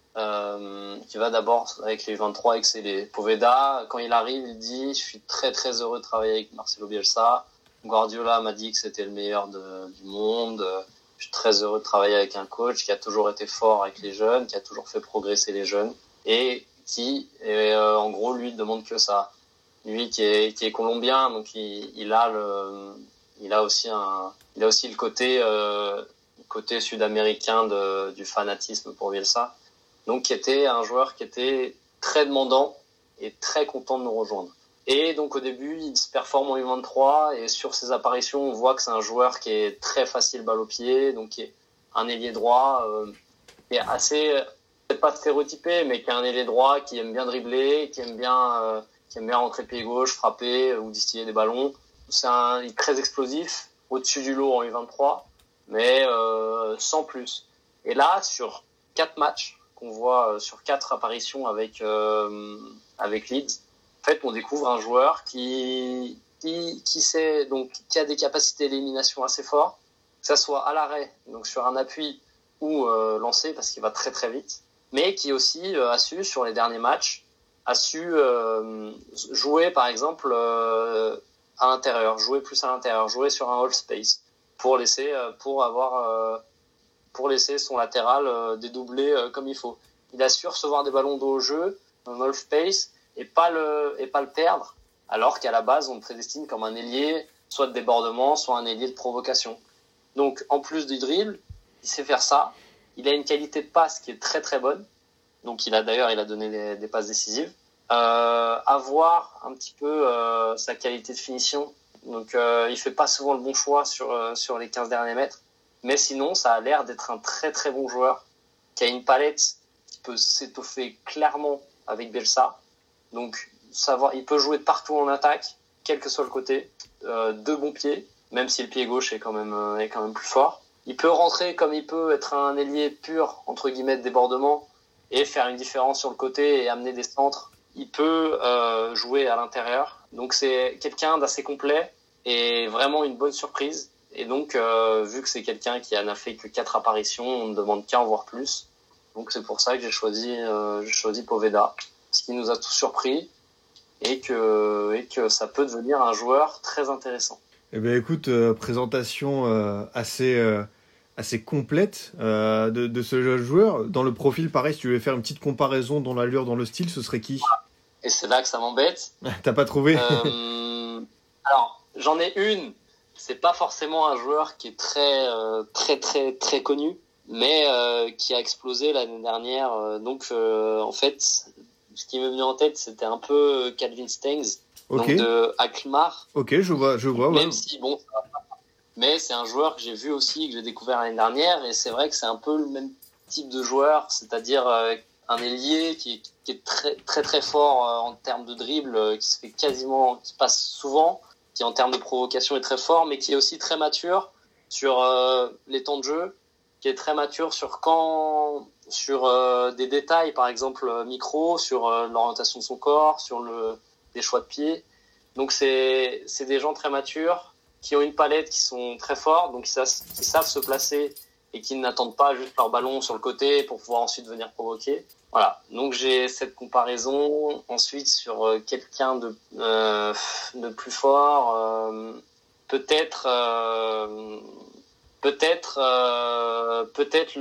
Speaker 6: euh, qui va d'abord avec les vingt-trois exceller. Poveda, quand il arrive, il dit « Je suis très très heureux de travailler avec Marcelo Bielsa. Guardiola m'a dit que c'était le meilleur de, du monde. Je suis très heureux de travailler avec un coach qui a toujours été fort avec les jeunes, qui a toujours fait progresser les jeunes et qui, et, euh, en gros, lui, demande que ça. Lui qui est, qui est colombien, donc il, il a le, il a aussi un, il a aussi le côté, euh, côté sud-américain de, du fanatisme pour Bielsa. Donc, qui était un joueur qui était très demandant et très content de nous rejoindre. Et donc, au début, il se performe en U vingt-trois et sur ses apparitions, on voit que c'est un joueur qui est très facile balle au pied, donc qui est un ailier droit, euh, qui est assez, peut-être pas stéréotypé, mais qui est un ailier droit qui aime bien dribbler, qui aime bien, euh, qui aime bien rentrer pied gauche, frapper ou distiller des ballons. C'est un, il est très explosif, au-dessus du lot en U vingt-trois, mais euh, sans plus. Et là, sur quatre matchs, qu'on voit sur quatre apparitions avec euh, avec Leeds, en fait, on découvre un joueur qui qui qui sait donc qui a des capacités d'élimination assez fortes, que ça soit à l'arrêt, donc sur un appui ou euh, lancé parce qu'il va très très vite, mais qui aussi euh, a su sur les derniers matchs a su euh, jouer par exemple euh, à l'intérieur, jouer plus à l'intérieur, jouer sur un half space pour laisser euh, pour avoir euh, pour laisser son latéral euh, dédoubler euh, comme il faut. Il a su recevoir des ballons d'eau au jeu, un half space, et pas le et pas le perdre, alors qu'à la base on le prédestine comme un ailier, soit de débordement, soit un ailier de provocation. Donc en plus du dribble, il sait faire ça. Il a une qualité de passe qui est très très bonne. Donc il a d'ailleurs il a donné des, des passes décisives. Euh, avoir un petit peu euh, sa qualité de finition. Donc euh, il fait pas souvent le bon choix sur euh, sur les quinze derniers mètres. Mais sinon, ça a l'air d'être un très très bon joueur qui a une palette qui peut s'étoffer clairement avec Bielsa. Donc, savoir, il peut jouer de partout en attaque, quel que soit le côté, euh, deux bons pieds, même si le pied gauche est quand même euh, est quand même plus fort. Il peut rentrer comme il peut être un ailier pur entre guillemets de débordement et faire une différence sur le côté et amener des centres. Il peut euh, jouer à l'intérieur. Donc, c'est quelqu'un d'assez complet et vraiment une bonne surprise. Et donc, euh, vu que c'est quelqu'un qui n'a fait que quatre apparitions, on ne demande qu'à en voir plus. Donc, c'est pour ça que j'ai choisi, euh, j'ai choisi Poveda, ce qui nous a tous surpris et que, et que ça peut devenir un joueur très intéressant.
Speaker 4: Eh bien, écoute, euh, présentation euh, assez, euh, assez complète euh, de, de ce jeune joueur. Dans le profil, pareil, si tu veux faire une petite comparaison dans l'allure, dans le style, ce serait qui ?
Speaker 6: Et c'est là que ça m'embête.
Speaker 4: T'as pas trouvé ?
Speaker 6: euh, Alors, j'en ai une. C'est pas forcément un joueur qui est très euh, très très très connu, mais euh, qui a explosé l'année dernière. Euh, donc euh, en fait, ce qui m'est venu en tête, c'était un peu Calvin Stengs,
Speaker 4: okay.
Speaker 6: donc de Alkmaar.
Speaker 4: Ok, je vois, je vois.
Speaker 6: Même
Speaker 4: ouais.
Speaker 6: si bon, mais c'est un joueur que j'ai vu aussi, que j'ai découvert l'année dernière, et c'est vrai que c'est un peu le même type de joueur, c'est-à-dire euh, un ailier qui, qui est très très très fort euh, en termes de dribble, euh, qui se fait quasiment, qui passe souvent, qui en termes de provocation est très fort, mais qui est aussi très mature sur euh, les temps de jeu, qui est très mature sur quand, sur euh, des détails, par exemple euh, micro, sur euh, l'orientation de son corps, sur le des choix de pied. Donc c'est c'est des gens très matures qui ont une palette, qui sont très forts, donc qui savent, qui savent se placer et qui n'attendent pas juste leur ballon sur le côté pour pouvoir ensuite venir provoquer. Voilà, donc j'ai cette comparaison. Ensuite, sur euh, quelqu'un de, euh, de plus fort, euh, peut-être, euh, peut-être, euh, peut-être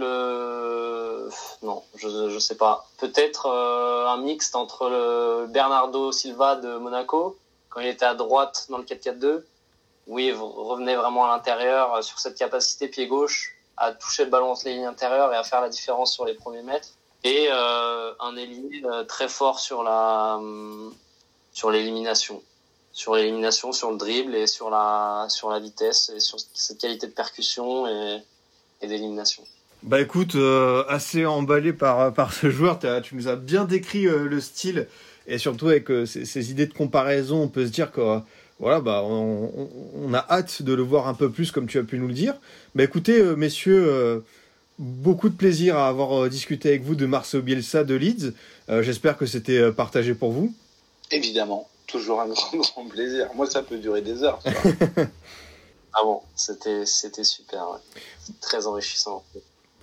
Speaker 6: le, non, je je sais pas, peut-être euh, un mixte entre le Bernardo Silva de Monaco quand il était à droite dans le quatre quatre deux, où il revenait vraiment à l'intérieur sur cette capacité pied gauche à toucher le ballon entre les lignes intérieures et à faire la différence sur les premiers mètres. Et euh, un ailier euh, très fort sur la euh, sur l'élimination, sur l'élimination, sur le dribble et sur la sur la vitesse et sur cette qualité de percussion et, et d'élimination.
Speaker 4: Bah écoute, euh, assez emballé par par ce joueur, t'as, tu nous as bien décrit euh, le style et surtout avec euh, ces, ces idées de comparaison, on peut se dire que euh, voilà, bah on, on, on a hâte de le voir un peu plus comme tu as pu nous le dire. Bah écoutez, euh, messieurs. Euh, Beaucoup de plaisir à avoir euh, discuté avec vous de Marcelo Bielsa de Leeds. Euh, j'espère que c'était euh, partagé pour vous.
Speaker 5: Évidemment, toujours un grand, grand plaisir. Moi, ça peut durer des heures. Tu vois.
Speaker 6: Ah bon, c'était, c'était super. Ouais. Très enrichissant.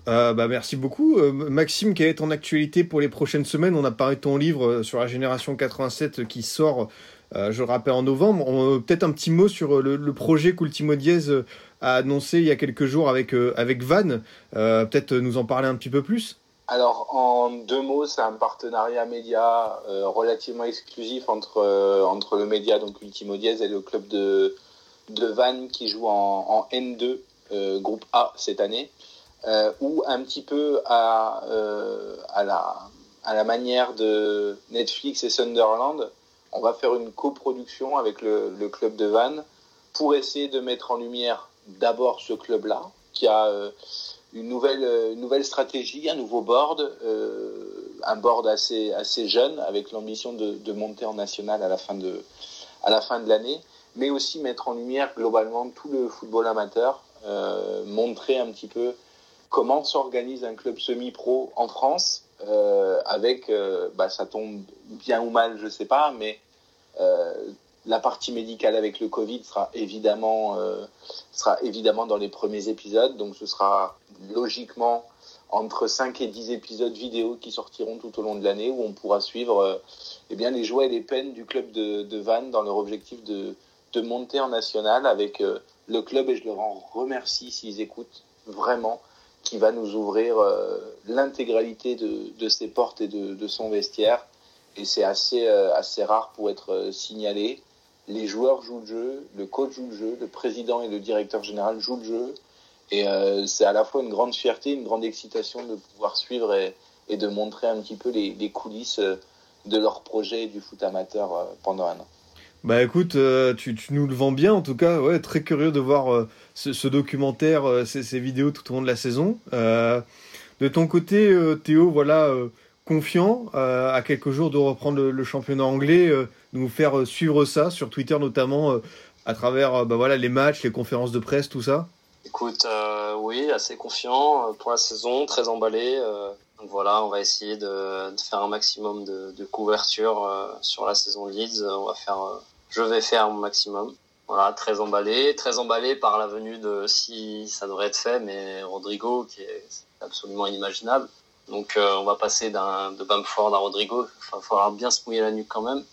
Speaker 4: Euh, bah, merci beaucoup. Euh, Maxime, quelle est ton actualité pour les prochaines semaines? On a parlé de ton livre sur la génération quatre-vingt-sept qui sort, euh, je le rappelle, en novembre. On, peut-être un petit mot sur le, le projet qu'Ultimo Diez a annoncé il y a quelques jours avec, euh, avec Van. Euh, peut-être nous en parler un petit peu plus.
Speaker 5: Alors, en deux mots, c'est un partenariat média euh, relativement exclusif entre, euh, entre le média, donc Ultimo Diez, et le club de, de Vannes qui joue en, en N deux, euh, groupe A cette année. Euh, ou un petit peu à, euh, à, la, à la manière de Netflix et Sunderland, on va faire une coproduction avec le, le club de Vannes pour essayer de mettre en lumière d'abord ce club-là, qui a euh, une, nouvelle, une nouvelle stratégie, un nouveau board, euh, un board assez, assez jeune, avec l'ambition de, de monter en national à la fin de, à la fin de l'année, mais aussi mettre en lumière globalement tout le football amateur, euh, montrer un petit peu comment s'organise un club semi-pro en France, euh, avec, euh, bah, ça tombe bien ou mal, je sais pas, mais euh, la partie médicale avec le Covid sera évidemment, euh, sera évidemment dans les premiers épisodes, donc ce sera logiquement entre cinq et dix épisodes vidéo qui sortiront tout au long de l'année, où on pourra suivre euh, eh bien, les joies et les peines du club de, de Vannes dans leur objectif de, de monter en national avec euh, le club, et je leur en remercie s'ils écoutent vraiment, qui va nous ouvrir euh, l'intégralité de, de ses portes et de, de son vestiaire. Et c'est assez, euh, assez rare pour être euh, signalé. Les joueurs jouent le jeu, le coach joue le jeu, le président et le directeur général jouent le jeu. Et euh, c'est à la fois une grande fierté, une grande excitation de pouvoir suivre et, et de montrer un petit peu les, les coulisses de leur projet du foot amateur euh, pendant un an.
Speaker 4: Bah écoute, euh, tu, tu nous le vends bien en tout cas, ouais, très curieux de voir euh, ce, ce documentaire, euh, ces, ces vidéos tout au long de la saison. Euh, de ton côté, euh, Théo, voilà, euh, confiant, euh, à quelques jours de reprendre le, le championnat anglais, euh, de nous faire euh, suivre ça sur Twitter notamment, euh, à travers euh, bah, voilà, les matchs, les conférences de presse, tout ça.
Speaker 6: Écoute, euh, oui, assez confiant pour la saison, très emballé. Euh, donc voilà, on va essayer de, de faire un maximum de, de couverture euh, sur la saison Leeds. On va faire... Euh, Je vais faire mon maximum. Voilà, très emballé, très emballé par la venue de, si ça devrait être fait, mais Rodrigo, qui est absolument inimaginable. Donc euh, on va passer d'un, de Bamford à Rodrigo. Il va falloir bien se mouiller la nuque quand même.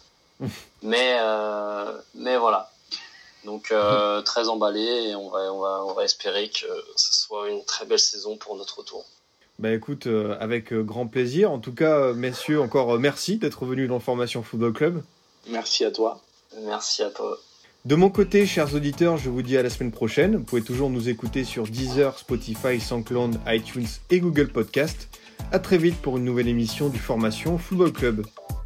Speaker 6: mais, euh, mais voilà. Donc euh, très emballé, et on va, on va, on va espérer que ce soit une très belle saison pour notre retour.
Speaker 4: Bah écoute, euh, avec euh, grand plaisir. En tout cas, euh, messieurs, encore euh, merci d'être venus dans le Formation Football Club.
Speaker 5: Merci à toi.
Speaker 6: Merci à toi.
Speaker 4: De mon côté, chers auditeurs, je vous dis à la semaine prochaine. Vous pouvez toujours nous écouter sur Deezer, Spotify, SoundCloud, iTunes et Google Podcast. À très vite pour une nouvelle émission du Formation Football Club.